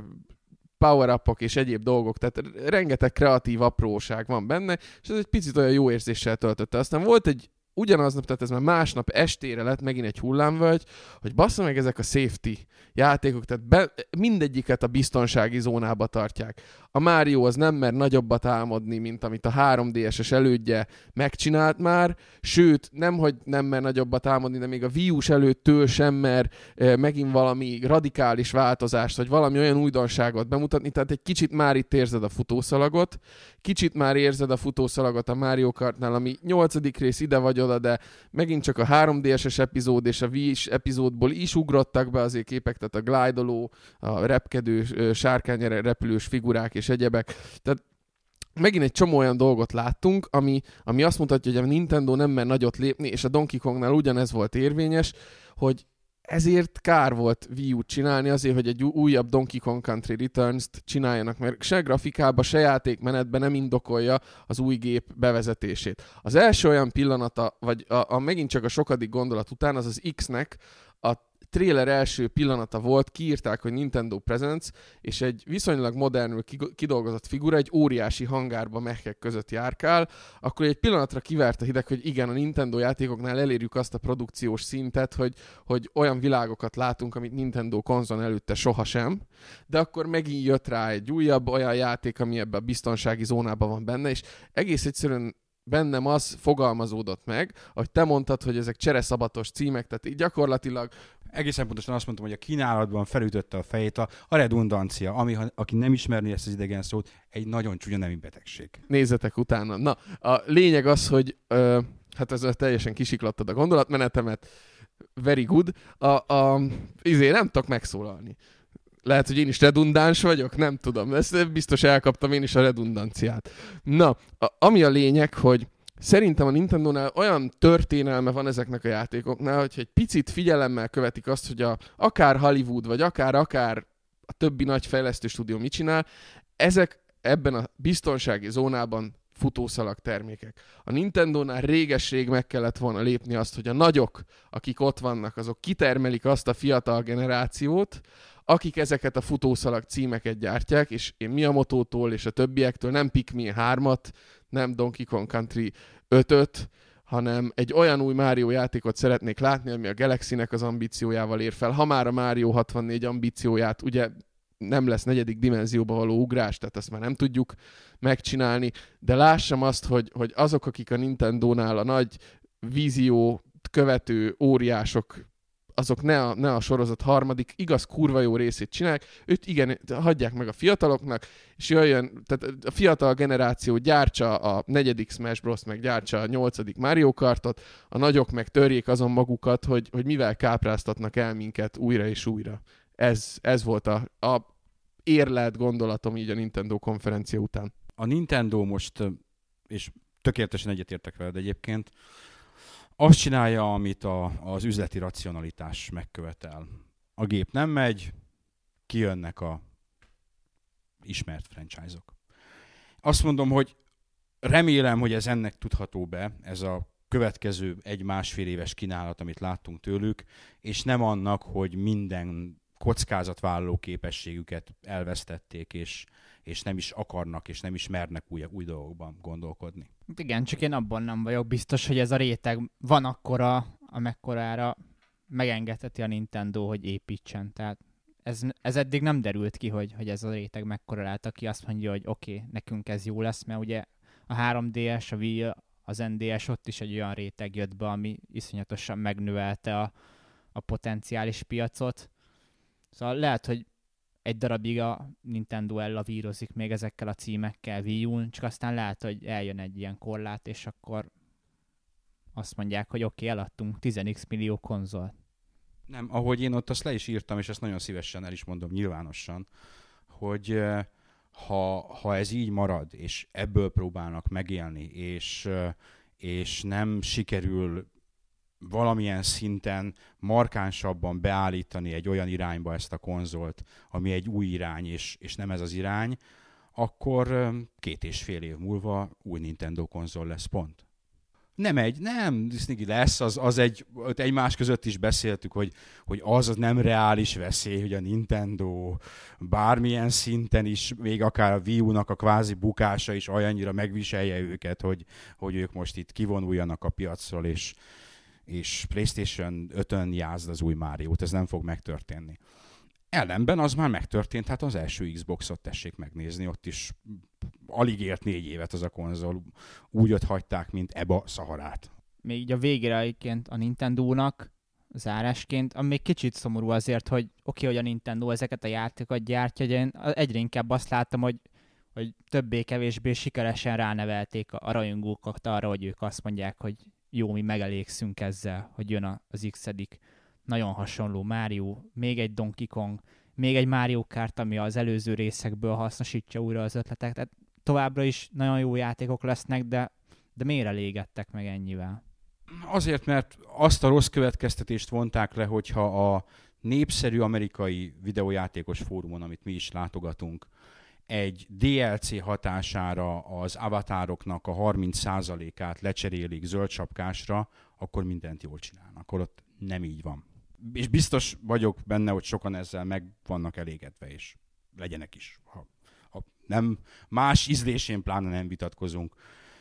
power-upok és egyéb dolgok, tehát rengeteg kreatív apróság van benne, és ez egy picit olyan jó érzéssel töltötte. Aztán volt egy ugyanaznap, tehát ez már másnap estére lett megint egy hullámvölgy, hogy bassza meg ezek a safety játékok, tehát mindegyiket a biztonsági zónába tartják. A Mario az nem mer nagyobbat álmodni, mint amit a 3DS-es elődje megcsinált már, sőt, nemhogy nem mer nagyobbat álmodni, de még a Wii U-s előttől sem mer megint valami radikális változást, vagy valami olyan újdonságot bemutatni, tehát egy kicsit már itt érzed a futószalagot, kicsit már érzed a futószalagot a Mario Kartnál, ami 8. rész ide vagy oda, de megint csak a 3DS-es epizód és a Wii-s epizódból is ugrottak be azért képek, tehát a glide-oló, a repkedő, sárkányra repülős figurák és egyebek. Tehát megint egy csomó olyan dolgot láttunk, ami azt mutatja, hogy a Nintendo nem mer nagyot lépni, és a Donkey Kongnál ugyanez volt érvényes, hogy ezért kár volt Wii U-t csinálni, azért, hogy egy újabb Donkey Kong Country Returns-t csináljanak, mert se grafikába, se játékmenetben nem indokolja az új gép bevezetését. Az első olyan pillanata, vagy megint csak a sokadik gondolat után, az X-nek a trailer első pillanata volt, kiírták, hogy Nintendo Presents, és egy viszonylag modernül kidolgozott figura egy óriási hangárba mehkek között járkál, akkor egy pillanatra kivert a hideg, hogy igen, a Nintendo játékoknál elérjük azt a produkciós szintet, hogy olyan világokat látunk, amit Nintendo konzol előtte sohasem, de akkor megint jött rá egy újabb olyan játék, ami ebben a biztonsági zónában van benne, és egész egyszerűen bennem az fogalmazódott meg, ahogy te mondtad, hogy ezek csereszabatos címek, tehát így gyakorlatilag egészen pontosan azt mondtam, hogy a kínálatban felütötte a fejét a redundancia, ami, aki nem ismerné ezt az idegen szót, egy nagyon csúnya nemi betegség. Nézzetek utána. Na, a lényeg az, hogy hát ezzel teljesen kisiklattad a gondolatmenetemet, very good, nem tudok megszólalni. Lehet, hogy én is redundáns vagyok, nem tudom. Ezt biztos elkaptam én is a redundanciát. Na, ami a lényeg, hogy szerintem a Nintendónál olyan történelme van ezeknek a játékoknál, hogy egy picit figyelemmel követik azt, hogy akár Hollywood, vagy akár a többi nagy fejlesztő stúdió mit csinál, ezek ebben a biztonsági zónában futószalag termékek. A Nintendónál réges-rég meg kellett volna lépni azt, hogy a nagyok, akik ott vannak, azok kitermelik azt a fiatal generációt, akik ezeket a futószalag címeket gyártják, és én Miyamoto-tól és a többiektől nem Pikmin 3-at, nem Donkey Kong Country 5-öt, hanem egy olyan új Mario játékot szeretnék látni, ami a Galaxy-nek az ambíciójával ér fel. Ha már a Mario 64 ambícióját, ugye nem lesz 4. dimenzióba való ugrás, tehát ezt már nem tudjuk megcsinálni, de lássam azt, hogy azok, akik a Nintendónál a nagy vízió követő óriások, azok ne a sorozat harmadik, igaz kurva jó részét csinálják, őt igen, hagyják meg a fiataloknak, és jöjjön, tehát a fiatal generáció gyártsa a 4. Smash Bros, meg gyártsa a 8. Mario Kartot, a nagyok meg törjék azon magukat, hogy mivel kápráztatnak el minket újra és újra. Ez volt a érlelt gondolatom így a Nintendo konferencia után. A Nintendo most, és tökéletesen egyetértek veled egyébként, azt csinálja, amit az üzleti racionalitás megkövetel. A gép nem megy, kijönnek a ismert franchise-ok. Azt mondom, hogy remélem, hogy ez ennek tudható be, ez a következő 1-1,5 éves kínálat, amit láttunk tőlük, és nem annak, hogy minden kockázatvállaló képességüket elvesztették, és nem is akarnak, és nem is mernek új dolgokban gondolkodni. Igen, csak én abban nem vagyok biztos, hogy ez a réteg van akkora, amekkorára megengedheti a Nintendo, hogy építsen. Tehát ez eddig nem derült ki, hogy ez a réteg mekkora lehet, aki azt mondja, hogy oké, nekünk ez jó lesz, mert ugye a 3DS, a Wii, az NDS, ott is egy olyan réteg jött be, ami iszonyatosan megnövelte a potenciális piacot. Szóval lehet, hogy egy darabig a Nintendo ellavírozik még ezekkel a címekkel Wii U-n, csak aztán lehet, hogy eljön egy ilyen korlát, és akkor azt mondják, hogy oké, eladtunk 10x millió konzolt. Nem, ahogy én ott azt le is írtam, és ezt nagyon szívesen el is mondom nyilvánosan, hogy ha ez így marad, és ebből próbálnak megélni, és nem sikerül valamilyen szinten markánsabban beállítani egy olyan irányba ezt a konzolt, ami egy új irány, és nem ez az irány, akkor 2,5 év múlva új Nintendo konzol lesz, pont. Nem, Disney lesz, az egymás között is beszéltük, hogy az nem reális veszély, hogy a Nintendo bármilyen szinten is, még akár a Wii U-nak a kvázi bukása is olyannyira megviselje őket, hogy ők most itt kivonuljanak a piacról, és PlayStation 5-ön jázd az új Máriót, ez nem fog megtörténni. Ellenben az már megtörtént, hát az első Xboxot tessék megnézni, ott is alig élt 4 évet az a konzol, úgy ott hagyták, mint Eba Szaharát. Még így a végére egyébként a Nintendónak zárásként, ami még kicsit szomorú azért, hogy oké, hogy a Nintendo ezeket a játékokat gyártja, de én egyre inkább azt láttam, hogy többé-kevésbé sikeresen ránevelték a rajongókat arra, hogy ők azt mondják, hogy jó, mi megelégszünk ezzel, hogy jön az x-edik nagyon hasonló Mario, még egy Donkey Kong, még egy Mario Kart, ami az előző részekből hasznosítja újra az ötletek. Tehát továbbra is nagyon jó játékok lesznek, de miért elégettek meg ennyivel? Azért, mert azt a rossz következtetést vonták le, hogyha a népszerű amerikai videójátékos fórumon, amit mi is látogatunk, egy DLC hatására az avatároknak a 30%-át lecserélik zöld sapkásra, akkor mindent jól csinálnak. Holott nem így van. És biztos vagyok benne, hogy sokan ezzel meg vannak elégedve, és legyenek is. Ha nem más ízlésén pláne nem vitatkozunk.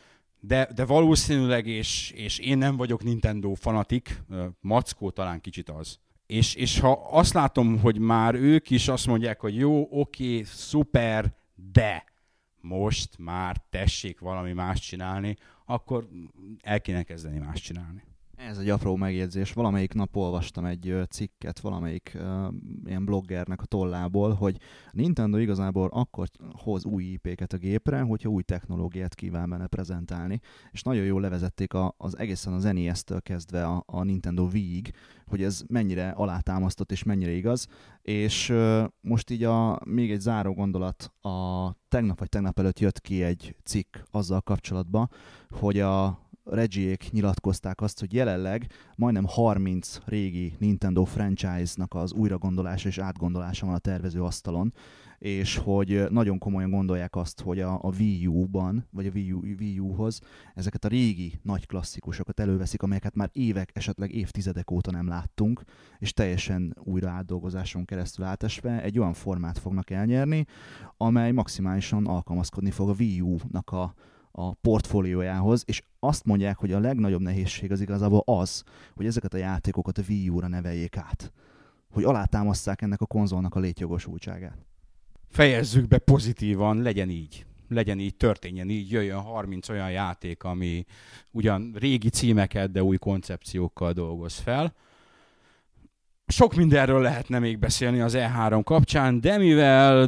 De valószínűleg, és én nem vagyok Nintendo fanatik, Mackó talán kicsit az. És ha azt látom, hogy már ők is azt mondják, hogy jó, oké, szuper, de most már tessék valami más csinálni, akkor el kéne kezdeni más csinálni. Ez egy apró megjegyzés. Valamelyik nap olvastam egy cikket valamelyik ilyen bloggernek a tollából, hogy Nintendo igazából akkor hoz új IP-ket a gépre, hogyha új technológiát kíván benne prezentálni. És nagyon jól levezették az egészen az NES-től kezdve a Nintendo Wii-ig, hogy ez mennyire alátámasztott és mennyire igaz. És most így még egy záró gondolat, tegnap vagy tegnap előtt jött ki egy cikk azzal kapcsolatban, hogy a Reggie-ék nyilatkozták azt, hogy jelenleg majdnem 30 régi Nintendo franchise-nak az újragondolása és átgondolása van a tervezőasztalon, és hogy nagyon komolyan gondolják azt, hogy a Wii U-ban, vagy a Wii U-hoz ezeket a régi nagy klasszikusokat előveszik, amelyeket már évek, esetleg évtizedek óta nem láttunk, és teljesen újra átdolgozáson keresztül átesve egy olyan formát fognak elnyerni, amely maximálisan alkalmazkodni fog a Wii U-nak a portfóliójához, és azt mondják, hogy a legnagyobb nehézség az igazából az, hogy ezeket a játékokat a Wii U-ra neveljék át. Hogy alátámasszák ennek a konzolnak a létjogosultságát. Fejezzük be pozitívan, legyen így, történjen így, jöjjön 30 olyan játék, ami ugyan régi címeket, de új koncepciókkal dolgoz fel. Sok mindenről lehetne még beszélni az E3 kapcsán, de mivel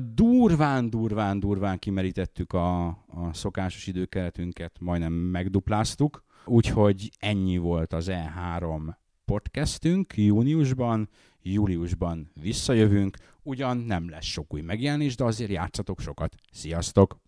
durván kimerítettük a szokásos időkeretünket, majdnem megdupláztuk, úgyhogy ennyi volt az E3 podcastünk júniusban, júliusban visszajövünk, ugyan nem lesz sok új megjelenés, de azért játszatok sokat. Sziasztok!